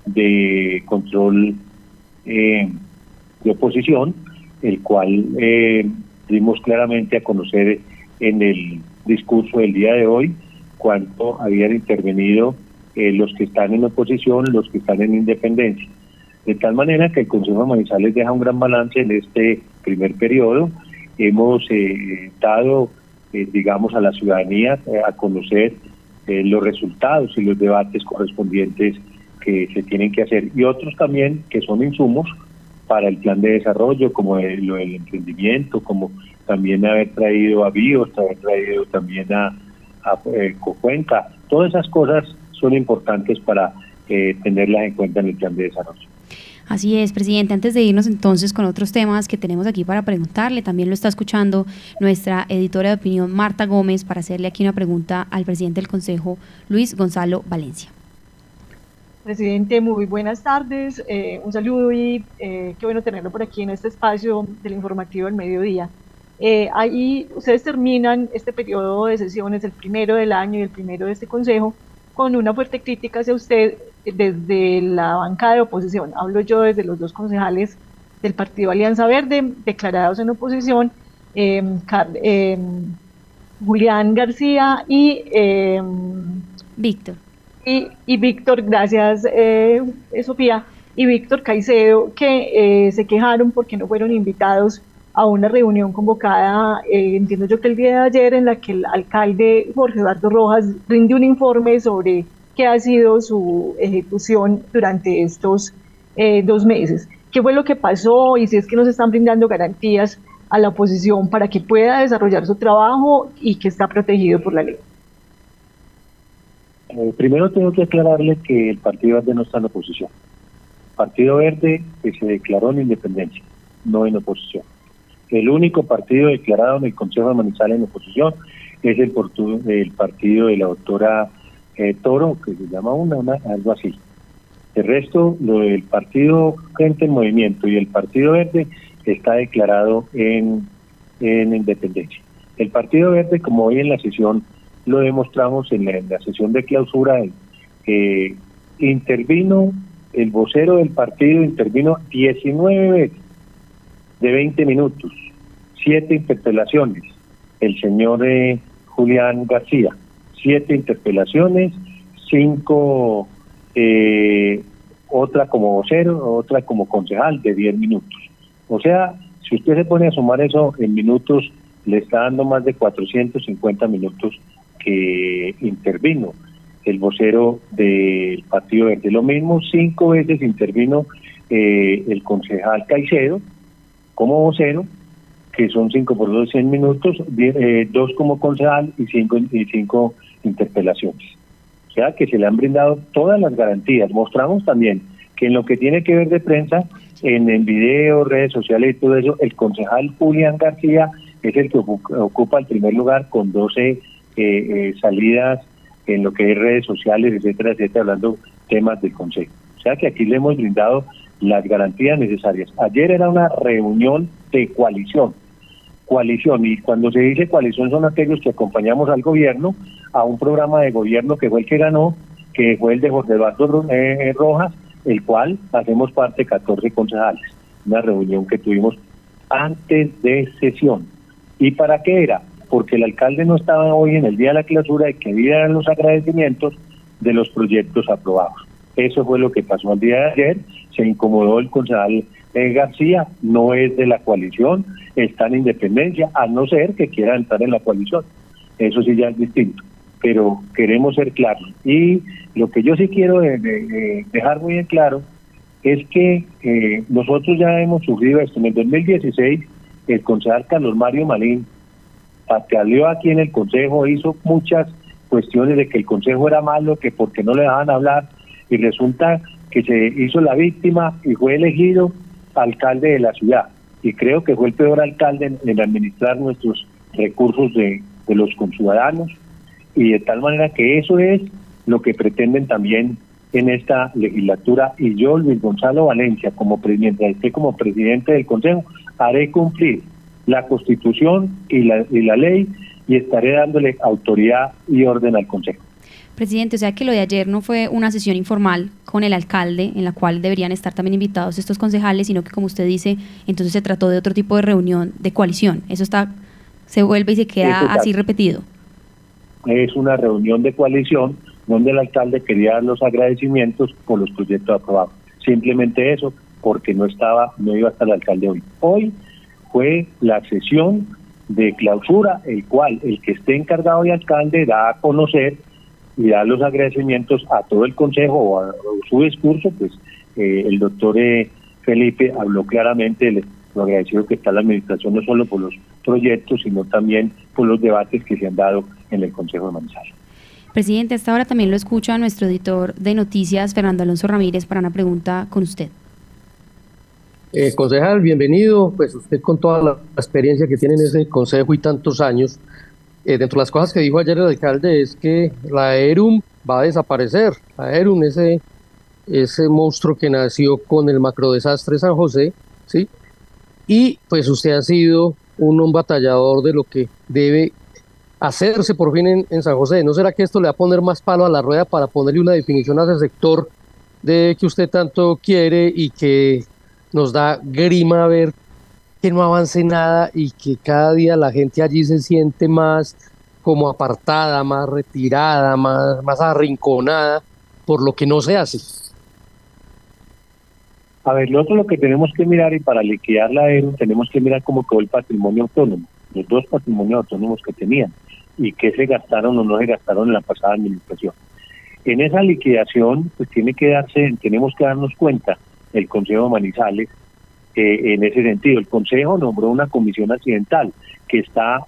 control de oposición, el cual dimos claramente a conocer en el discurso del día de hoy cuánto habían intervenido los que están en oposición, los que están en independencia. De tal manera que el Consejo de Manizales deja un gran balance en este primer periodo. Hemos dado, digamos, a la ciudadanía a conocer los resultados y los debates correspondientes que se tienen que hacer, y otros también que son insumos para el plan de desarrollo, como lo del emprendimiento, como también haber traído a BIOS, haber traído también a Cocuenca. Todas esas cosas son importantes para tenerlas en cuenta en el plan de desarrollo. Así es, presidente. Antes de irnos entonces con otros temas que tenemos aquí para preguntarle, también lo está escuchando nuestra editora de opinión, Marta Gómez, para hacerle aquí una pregunta al presidente del Consejo, Luis Gonzalo Valencia. Presidente, muy buenas tardes. Un saludo y qué bueno tenerlo por aquí en este espacio del informativo del mediodía. Ahí ustedes terminan este periodo de sesiones, el primero del año y el primero de este consejo, con una fuerte crítica hacia usted desde la bancada de oposición. Hablo yo desde los dos concejales del Partido Alianza Verde, declarados en oposición, Julián García y Víctor. Y Víctor, gracias Sofía, y Víctor Caicedo, que se quejaron porque no fueron invitados a una reunión convocada, entiendo yo que el día de ayer, en la que el alcalde Jorge Eduardo Rojas rinde un informe sobre qué ha sido su ejecución durante estos 2 meses. ¿Qué fue lo que pasó y si es que nos están brindando garantías a la oposición para que pueda desarrollar su trabajo y que está protegido por la ley? Primero tengo que aclararle que el Partido Verde no está en oposición. Partido Verde que se declaró en independencia, no en oposición. El único partido declarado en el Consejo de Manizales en oposición es el partido de la doctora Toro, que se llama algo así. El resto, lo del partido Gente en Movimiento y el Partido Verde está declarado en independencia. El Partido Verde, como hoy en la sesión lo demostramos en la sesión de clausura, intervino, el vocero del partido intervino 19 veces de 20 minutos, 7 interpelaciones, el señor Julián García, 7 interpelaciones, 5 otra como vocero, otra como concejal de 10 minutos. O sea, si usted se pone a sumar eso en minutos, le está dando más de 450 minutos que intervino el vocero del Partido Verde. Lo mismo, 5 veces intervino el concejal Caicedo como vocero, que son 5 por 2, 100 minutos, 2 como concejal y 5 interpelaciones. O sea que se le han brindado todas las garantías. Mostramos también que en lo que tiene que ver de prensa, en video, redes sociales y todo eso, el concejal Julián García es el que ocupa el primer lugar con 12 salidas en lo que es redes sociales, etcétera, etcétera, hablando temas del consejo. O sea que aquí le hemos brindado las garantías necesarias. Ayer era una reunión de coalición, y cuando se dice coalición son aquellos que acompañamos al gobierno a un programa de gobierno que fue el que ganó, que fue el de Jorge Eduardo Rojas, el cual hacemos parte 14 concejales. Una reunión que tuvimos antes de sesión. ¿Y para qué era? Porque el alcalde no estaba hoy en el día de la clausura y que dieran los agradecimientos de los proyectos aprobados. Eso fue lo que pasó el día de ayer. Se incomodó el concejal García, no es de la coalición, está en independencia, a no ser que quiera entrar en la coalición. Eso sí ya es distinto, pero queremos ser claros. Y lo que yo sí quiero dejar muy en claro es que nosotros ya hemos sufrido esto. En el 2016, el concejal Carlos Mario Malín pataleó aquí en el consejo, hizo muchas cuestiones de que el consejo era malo, que porque no le dejaban hablar, y resulta que se hizo la víctima y fue elegido alcalde de la ciudad. Y creo que fue el peor alcalde en administrar nuestros recursos de los conciudadanos, y de tal manera que eso es lo que pretenden también en esta legislatura. Y yo, Luis Gonzalo Valencia, como presidente, esté como presidente del consejo, haré cumplir la Constitución y la ley, y estaré dándole autoridad y orden al consejo. Presidente, o sea que lo de ayer no fue una sesión informal con el alcalde en la cual deberían estar también invitados estos concejales, sino que, como usted dice, entonces se trató de otro tipo de reunión de coalición. Eso se vuelve y se queda así repetido. Es una reunión de coalición donde el alcalde quería dar los agradecimientos por los proyectos aprobados. Simplemente eso, porque no iba a estar el alcalde hoy. Hoy fue la sesión de clausura, el cual el que esté encargado de alcalde da a conocer y da los agradecimientos a todo el consejo, o a su discurso. Pues el doctor Felipe habló claramente de lo agradecido que está la administración, no solo por los proyectos, sino también por los debates que se han dado en el Consejo de Manizales. Presidente, hasta ahora también lo escucha nuestro editor de noticias, Fernando Alonso Ramírez, para una pregunta con usted. Concejal, bienvenido. Pues usted, con toda la experiencia que tiene en ese consejo y tantos años, dentro de las cosas que dijo ayer el alcalde es que la ERUM va a desaparecer. La ERUM, ese monstruo que nació con el macrodesastre San José, ¿sí? Y pues usted ha sido un batallador de lo que debe hacerse por fin en San José. ¿No será que esto le va a poner más palo a la rueda para ponerle una definición a ese sector de que usted tanto quiere y que nos da grima ver que no avance nada y que cada día la gente allí se siente más como apartada, más retirada, más arrinconada por lo que no se hace. A ver, nosotros lo que tenemos que mirar, y para liquidar la ERU tenemos que mirar cómo quedó el patrimonio autónomo, los dos patrimonios autónomos que tenían, y qué se gastaron o no se gastaron en la pasada administración. En esa liquidación, pues tenemos que darnos cuenta, el Consejo de Manizales, en ese sentido, el Consejo nombró una comisión accidental que está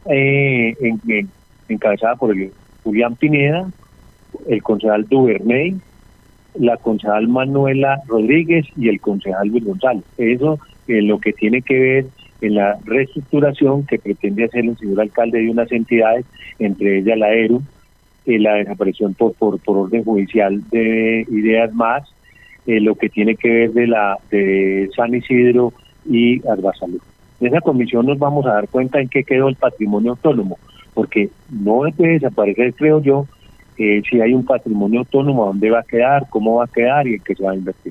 encabezada por el Julián Pineda, el concejal Duvernay, la concejal Manuela Rodríguez y el concejal Luis González. Eso es lo que tiene que ver en la reestructuración que pretende hacer el señor alcalde de unas entidades, entre ellas la ERU, la desaparición por orden judicial de Ideas Más, lo que tiene que ver de San Isidro y Arbasalú. En esa comisión nos vamos a dar cuenta en qué quedó el patrimonio autónomo, porque no puede desaparecer, creo yo, si hay un patrimonio autónomo, dónde va a quedar, cómo va a quedar y en qué se va a invertir.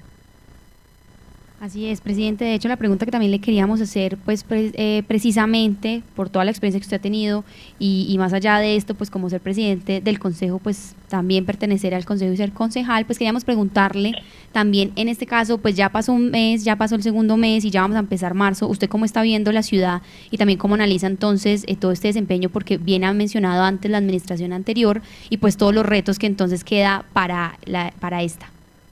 Así es, presidente. De hecho, la pregunta que también le queríamos hacer, pues precisamente por toda la experiencia que usted ha tenido y más allá de esto, pues como ser presidente del consejo, pues también pertenecer al consejo y ser concejal, pues queríamos preguntarle también en este caso, pues ya pasó un mes, ya pasó el segundo mes y ya vamos a empezar marzo. ¿Usted cómo está viendo la ciudad y también cómo analiza entonces todo este desempeño? Porque bien ha mencionado antes la administración anterior y pues todos los retos que entonces queda para esta.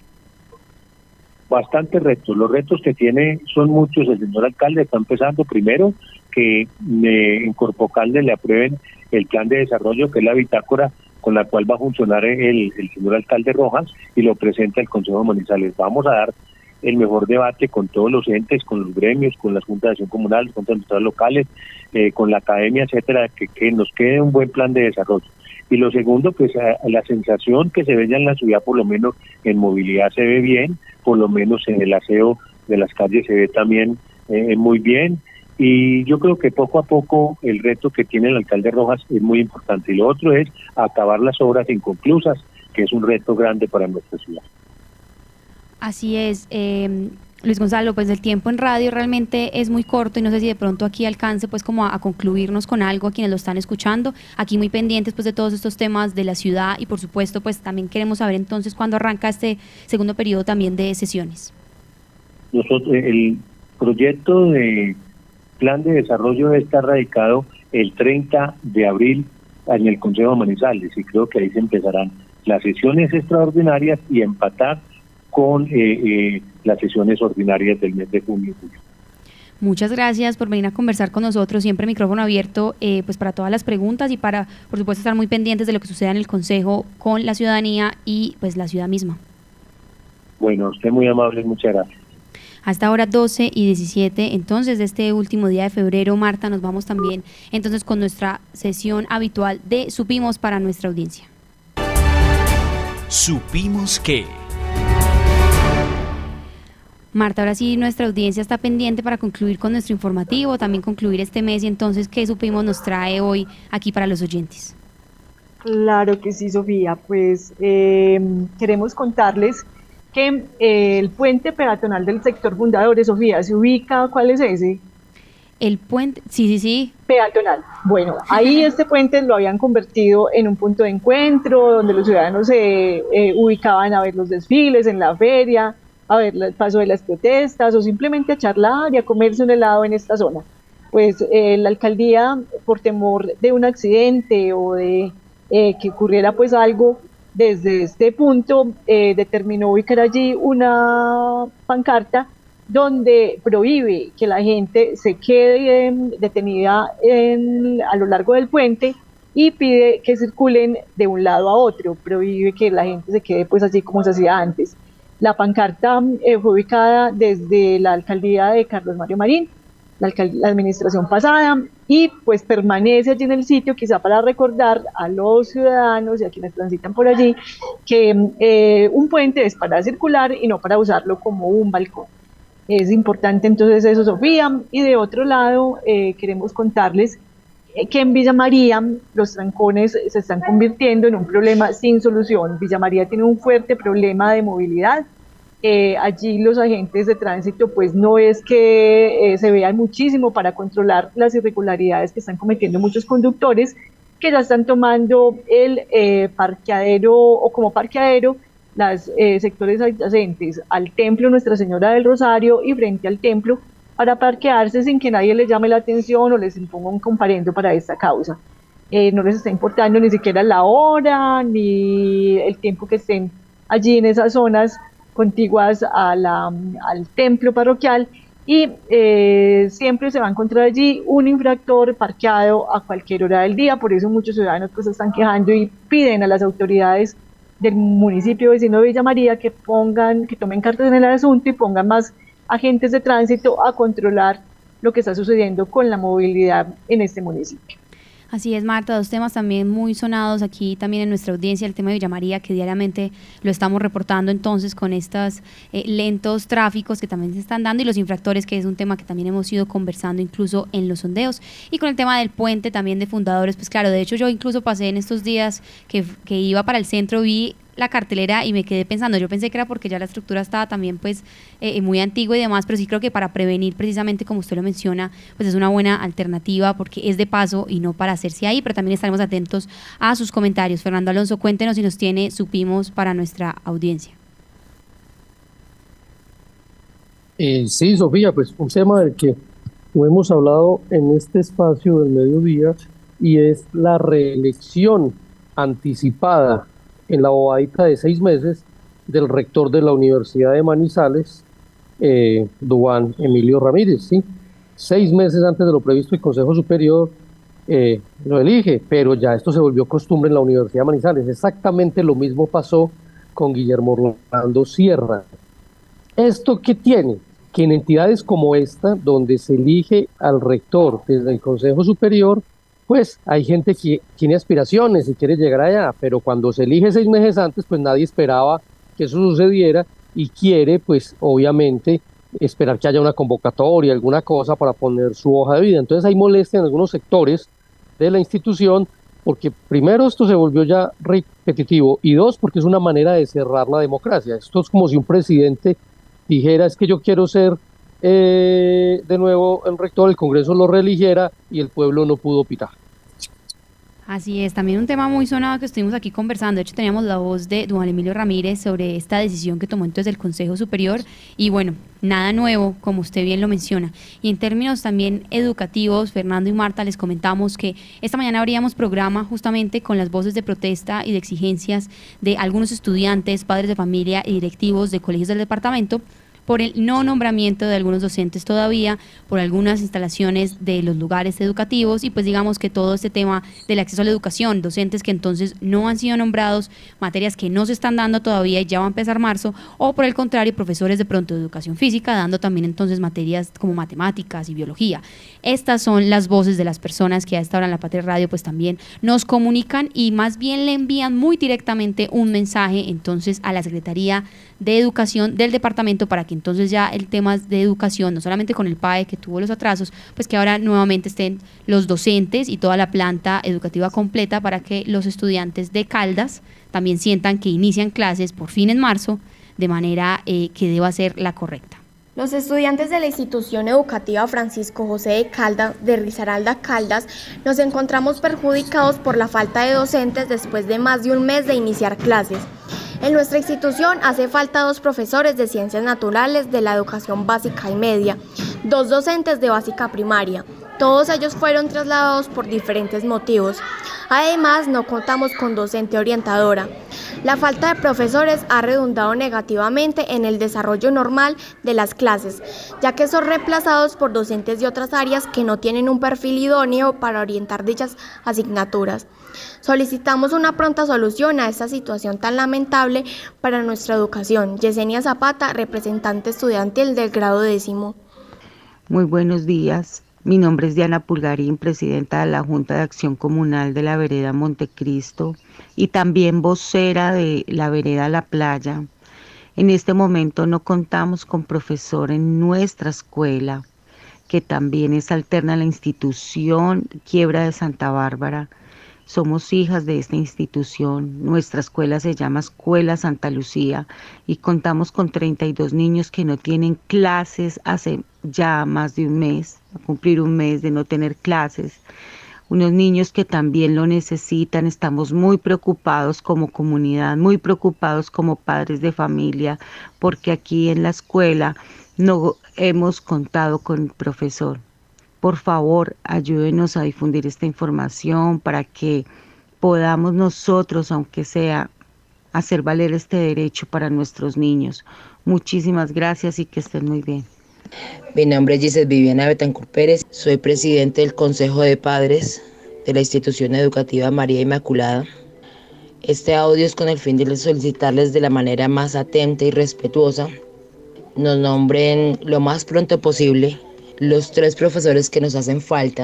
Bastantes retos. Los retos que tiene son muchos. El señor alcalde está empezando primero que en Corpocalde le aprueben el plan de desarrollo, que es la bitácora con la cual va a funcionar el señor alcalde Rojas, y lo presenta el Consejo de Manizales. Vamos a dar el mejor debate con todos los entes, con los gremios, con las juntas de acción comunal, con las juntas locales, con la academia, etcétera, que nos quede un buen plan de desarrollo. Y lo segundo, pues la sensación que se ve ya en la ciudad, por lo menos en movilidad se ve bien, por lo menos en el aseo de las calles se ve también muy bien, y yo creo que poco a poco el reto que tiene el alcalde Rojas es muy importante. Y lo otro es acabar las obras inconclusas, que es un reto grande para nuestra ciudad. Así es, Luis Gonzalo, pues el tiempo en radio realmente es muy corto y no sé si de pronto aquí alcance pues como a concluirnos con algo a quienes lo están escuchando, aquí muy pendientes pues de todos estos temas de la ciudad, y por supuesto pues también queremos saber entonces cuándo arranca este segundo periodo también de sesiones. Nosotros, el proyecto de plan de desarrollo está radicado el 30 de abril en el Consejo de Manizales, y creo que ahí se empezarán las sesiones extraordinarias y empatar con las sesiones ordinarias del mes de junio y julio. Muchas gracias por venir a conversar con nosotros, siempre micrófono abierto pues para todas las preguntas y para, por supuesto, estar muy pendientes de lo que suceda en el Consejo con la ciudadanía y pues la ciudad misma. Bueno, usted muy amable, muchas gracias. Hasta ahora 12:17, entonces de este último día de febrero, Marta, nos vamos también entonces con nuestra sesión habitual de Supimos para nuestra audiencia. Supimos que... Marta, ahora sí nuestra audiencia está pendiente para concluir con nuestro informativo, también concluir este mes, y entonces, ¿qué Supimos nos trae hoy aquí para los oyentes? Claro que sí, Sofía, pues queremos contarles que el puente peatonal del sector Fundadores, Sofía, ¿se ubica? ¿Cuál es ese? El puente, sí. Peatonal. Bueno, ahí este puente lo habían convertido en un punto de encuentro donde los ciudadanos se ubicaban a ver los desfiles en la feria, a ver el paso de las protestas o simplemente a charlar y a comerse un helado en esta zona. Pues la alcaldía, por temor de un accidente o de que ocurriera pues algo desde este punto, determinó ubicar allí una pancarta donde prohíbe que la gente se quede detenida a lo largo del puente y pide que circulen de un lado a otro, prohíbe que la gente se quede pues así como se hacía antes. La pancarta fue ubicada desde la alcaldía de Carlos Mario Marín, la administración pasada, y pues permanece allí en el sitio, quizá para recordar a los ciudadanos y a quienes transitan por allí que un puente es para circular y no para usarlo como un balcón. Es importante entonces eso, Sofía. Y de otro lado, queremos contarles que en Villa María los trancones se están convirtiendo en un problema sin solución. Villa María tiene un fuerte problema de movilidad Allí los agentes de tránsito pues no es que se vean muchísimo para controlar las irregularidades que están cometiendo muchos conductores, que ya están tomando el parqueadero o como parqueadero los sectores adyacentes al templo Nuestra Señora del Rosario y frente al templo para parquearse sin que nadie les llame la atención o les imponga un comparendo para esta causa. No les está importando ni siquiera la hora ni el tiempo que estén allí en esas zonas contiguas al templo parroquial y siempre se va a encontrar allí un infractor parqueado a cualquier hora del día. Por eso muchos ciudadanos pues están quejando y piden a las autoridades del municipio vecino de Villa María que tomen cartas en el asunto y pongan más agentes de tránsito a controlar lo que está sucediendo con la movilidad en este municipio. Así es, Marta, dos temas también muy sonados aquí también en nuestra audiencia, el tema de Villa María, que diariamente lo estamos reportando entonces con estos lentos tráficos que también se están dando y los infractores, que es un tema que también hemos ido conversando incluso en los sondeos, y con el tema del puente también de fundadores, pues claro, de hecho yo incluso pasé en estos días que iba para el centro, vi la cartelera y me quedé pensando, yo pensé que era porque ya la estructura estaba también pues muy antigua y demás, pero sí creo que para prevenir precisamente como usted lo menciona, pues es una buena alternativa porque es de paso y no para hacerse ahí, pero también estaremos atentos a sus comentarios. Fernando Alonso, cuéntenos si nos tiene supimos para nuestra audiencia. Sí, Sofía, pues un tema del que no hemos hablado en este espacio del mediodía y es la reelección anticipada en la bobadita de 6 meses del rector de la Universidad de Manizales, Duván Emilio Ramírez, ¿sí? 6 meses antes de lo previsto, el Consejo Superior lo elige, pero ya esto se volvió costumbre en la Universidad de Manizales. Exactamente lo mismo pasó con Guillermo Orlando Sierra. ¿Esto qué tiene? Que en entidades como esta, donde se elige al rector desde el Consejo Superior, pues hay gente que tiene aspiraciones y quiere llegar allá, pero cuando se elige 6 meses antes, pues nadie esperaba que eso sucediera y quiere, pues obviamente, esperar que haya una convocatoria, alguna cosa para poner su hoja de vida. Entonces hay molestia en algunos sectores de la institución, porque primero esto se volvió ya repetitivo y dos, porque es una manera de cerrar la democracia. Esto es como si un presidente dijera, es que yo quiero ser de nuevo el rector, el Congreso lo reeligiera y el pueblo no pudo pitar. Así es, también un tema muy sonado que estuvimos aquí conversando, de hecho teníamos la voz de Duván Emilio Ramírez sobre esta decisión que tomó entonces el Consejo Superior y bueno, nada nuevo, como usted bien lo menciona. Y en términos también educativos, Fernando y Marta, les comentamos que esta mañana abríamos programa justamente con las voces de protesta y de exigencias de algunos estudiantes, padres de familia y directivos de colegios del departamento, por el no nombramiento de algunos docentes todavía, por algunas instalaciones de los lugares educativos y pues digamos que todo este tema del acceso a la educación, docentes que entonces no han sido nombrados, materias que no se están dando todavía y ya va a empezar marzo, o por el contrario, profesores de pronto de educación física dando también entonces materias como matemáticas y biología. Estas son las voces de las personas que a esta hora en La Patria Radio pues también nos comunican y más bien le envían muy directamente un mensaje entonces a la Secretaría de Educación del departamento para que entonces ya el tema de educación, no solamente con el PAE que tuvo los atrasos, pues que ahora nuevamente estén los docentes y toda la planta educativa completa para que los estudiantes de Caldas también sientan que inician clases por fin en marzo de manera que deba ser la correcta. Los estudiantes de la institución educativa Francisco José de Caldas de Risaralda Caldas nos encontramos perjudicados por la falta de docentes después de más de un mes de iniciar clases. En nuestra institución hace falta 2 profesores de ciencias naturales de la educación básica y media, 2 docentes de básica primaria. Todos ellos fueron trasladados por diferentes motivos. Además, no contamos con docente orientadora. La falta de profesores ha redundado negativamente en el desarrollo normal de las clases, ya que son reemplazados por docentes de otras áreas que no tienen un perfil idóneo para orientar dichas asignaturas. Solicitamos una pronta solución a esta situación tan lamentable para nuestra educación. Yesenia Zapata, representante estudiantil del grado 10º. Muy buenos días. Mi nombre es Diana Pulgarín, presidenta de la Junta de Acción Comunal de la Vereda Montecristo y también vocera de la Vereda La Playa. En este momento no contamos con profesor en nuestra escuela, que también es alterna a la institución Quiebra de Santa Bárbara. Somos hijas de esta institución. Nuestra escuela se llama Escuela Santa Lucía y contamos con 32 niños que no tienen clases hace ya más de un mes, a cumplir un mes de no tener clases. Unos niños que también lo necesitan. Estamos muy preocupados como comunidad, muy preocupados como padres de familia, porque aquí en la escuela no hemos contado con el profesor. Por favor, ayúdenos a difundir esta información para que podamos nosotros, aunque sea, hacer valer este derecho para nuestros niños. Muchísimas gracias y que estén muy bien. Mi nombre es Giselle Viviana Betancourt Pérez, soy presidente del Consejo de Padres de la Institución Educativa María Inmaculada. Este audio es con el fin de solicitarles de la manera más atenta y respetuosa nos nombren lo más pronto posible los 3 profesores que nos hacen falta,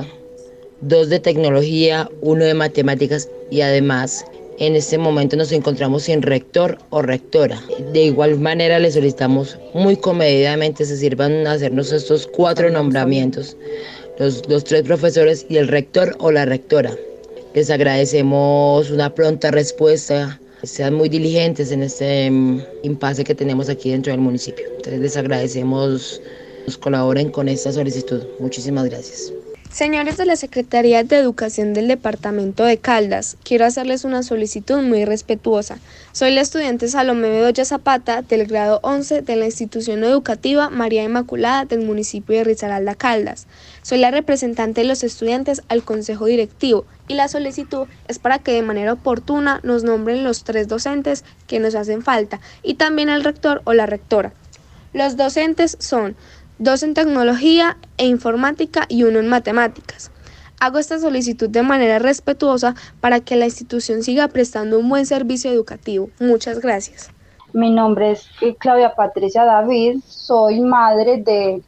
2 de tecnología, 1 de matemáticas y además en este momento nos encontramos sin rector o rectora. De igual manera les solicitamos muy comedidamente se sirvan a hacernos estos 4 nombramientos, los 3 profesores y el rector o la rectora. Les agradecemos una pronta respuesta, sean muy diligentes en este impasse que tenemos aquí dentro del municipio. Entonces les agradecemos nos colaboren con esta solicitud. Muchísimas gracias. Señores de la Secretaría de Educación del Departamento de Caldas, quiero hacerles una solicitud muy respetuosa. Soy la estudiante Salomé Bedoya Zapata del grado 11 de la Institución Educativa María Inmaculada del municipio de Risaralda, Caldas. Soy la representante de los estudiantes al Consejo Directivo y la solicitud es para que de manera oportuna nos nombren los 3 docentes que nos hacen falta y también al rector o la rectora. Los docentes son 2 en tecnología e informática y 1 en matemáticas. Hago esta solicitud de manera respetuosa para que la institución siga prestando un buen servicio educativo. Muchas gracias. Mi nombre es Claudia Patricia David, soy madre de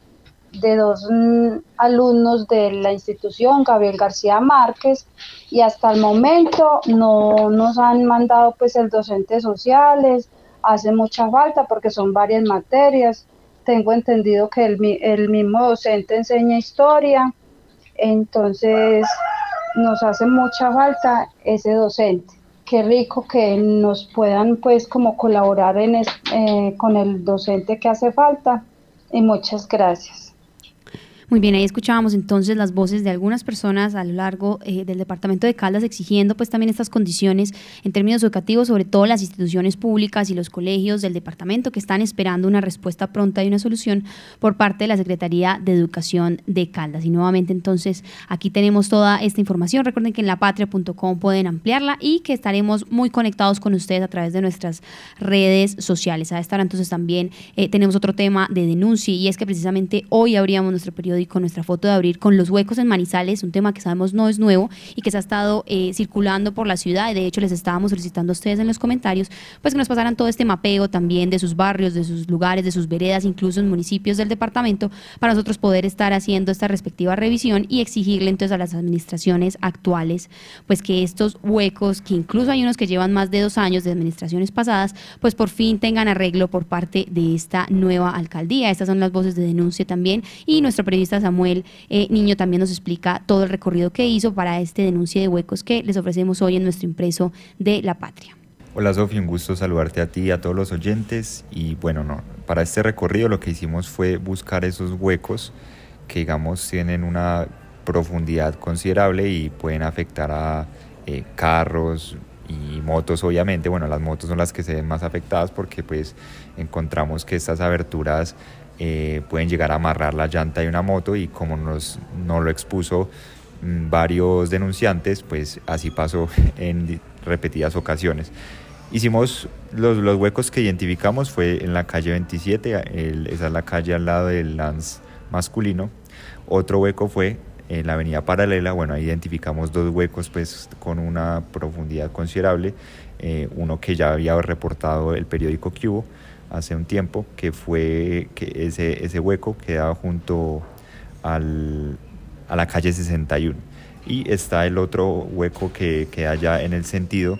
2 alumnos de la institución, Gabriel García Márquez, y hasta el momento no nos han mandado pues el docente sociales. Hace mucha falta porque son varias materias. Tengo entendido que el mismo docente enseña historia, entonces nos hace mucha falta ese docente. Qué rico que nos puedan pues como colaborar con el docente que hace falta y muchas gracias. Muy bien, ahí escuchábamos entonces las voces de algunas personas a lo largo del departamento de Caldas exigiendo pues también estas condiciones en términos educativos, sobre todo las instituciones públicas y los colegios del departamento que están esperando una respuesta pronta y una solución por parte de la Secretaría de Educación de Caldas. Y nuevamente entonces aquí tenemos toda esta información. Recuerden que en lapatria.com pueden ampliarla y que estaremos muy conectados con ustedes a través de nuestras redes sociales. A esta hora entonces también tenemos otro tema de denuncia y es que precisamente hoy abríamos nuestro periódico con nuestra foto de abrir con los huecos en Manizales, un tema que sabemos no es nuevo y que se ha estado circulando por la ciudad y de hecho les estábamos solicitando a ustedes en los comentarios pues que nos pasaran todo este mapeo también de sus barrios, de sus lugares, de sus veredas, incluso en municipios del departamento para nosotros poder estar haciendo esta respectiva revisión y exigirle entonces a las administraciones actuales pues que estos huecos, que incluso hay unos que llevan más de 2 años de administraciones pasadas, pues por fin tengan arreglo por parte de esta nueva alcaldía. Estas son las voces de denuncia también y nuestro periodista Samuel Niño también nos explica todo el recorrido que hizo para este denuncia de huecos que les ofrecemos hoy en nuestro impreso de La Patria. Hola Sofi, un gusto saludarte a ti y a todos los oyentes y bueno, para este recorrido lo que hicimos fue buscar esos huecos que digamos tienen una profundidad considerable y pueden afectar a carros y motos obviamente. Bueno, las motos son las que se ven más afectadas porque pues encontramos que estas aberturas pueden llegar a amarrar la llanta de una moto y como nos lo expuso varios denunciantes, pues así pasó en repetidas ocasiones. Hicimos los huecos que identificamos fue en la calle 27, esa es la calle al lado del Lance masculino. Otro hueco fue en la avenida Paralela, bueno, ahí identificamos 2 huecos pues con una profundidad considerable, uno que ya había reportado el periódico Que Hubo hace un tiempo, que fue que ese hueco quedaba junto a la calle 61 y está el otro hueco que queda ya en el sentido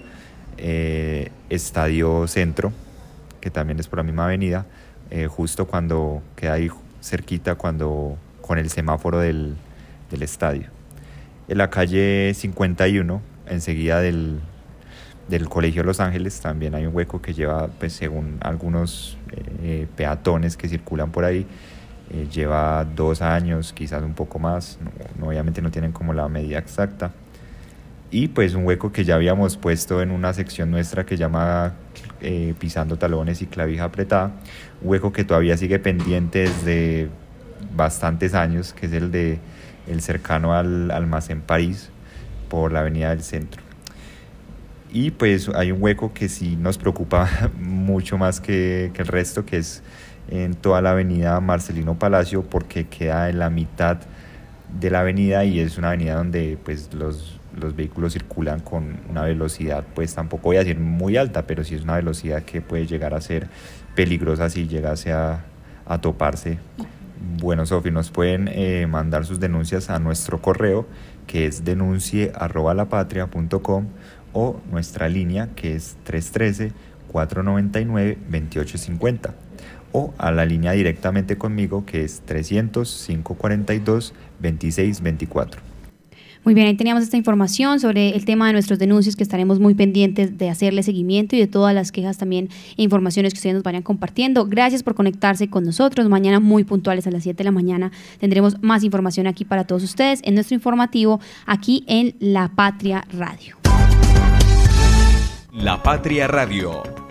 Estadio Centro, que también es por la misma avenida, justo cuando queda ahí cerquita con el semáforo del estadio. En la calle 51 enseguida del Colegio Los Ángeles también hay un hueco que lleva, pues según algunos peatones que circulan por ahí, lleva 2 años, quizás un poco más, obviamente no tienen como la medida exacta. Y pues un hueco que ya habíamos puesto en una sección nuestra que llama Pisando Talones y Clavija Apretada, un hueco que todavía sigue pendiente desde bastantes años, que es el cercano al Almacén París por la Avenida del Centro. Y pues hay un hueco que sí nos preocupa mucho más que el resto, que es en toda la avenida Marcelino Palacio, porque queda en la mitad de la avenida y es una avenida donde pues los vehículos circulan con una velocidad, pues tampoco voy a decir muy alta, pero sí es una velocidad que puede llegar a ser peligrosa si llegase a toparse. Bueno, Sofi, nos pueden mandar sus denuncias a nuestro correo, que es denuncie@lapatria.com, o nuestra línea, que es 313-499-2850, o a la línea directamente conmigo, que es 300-542-2624. Muy bien, ahí teníamos esta información sobre el tema de nuestros denuncios, que estaremos muy pendientes de hacerle seguimiento, y de todas las quejas también e informaciones que ustedes nos vayan compartiendo. Gracias por conectarse con nosotros. Mañana muy puntuales a las 7 de la mañana tendremos más información aquí para todos ustedes en nuestro informativo aquí en La Patria Radio. La Patria Radio.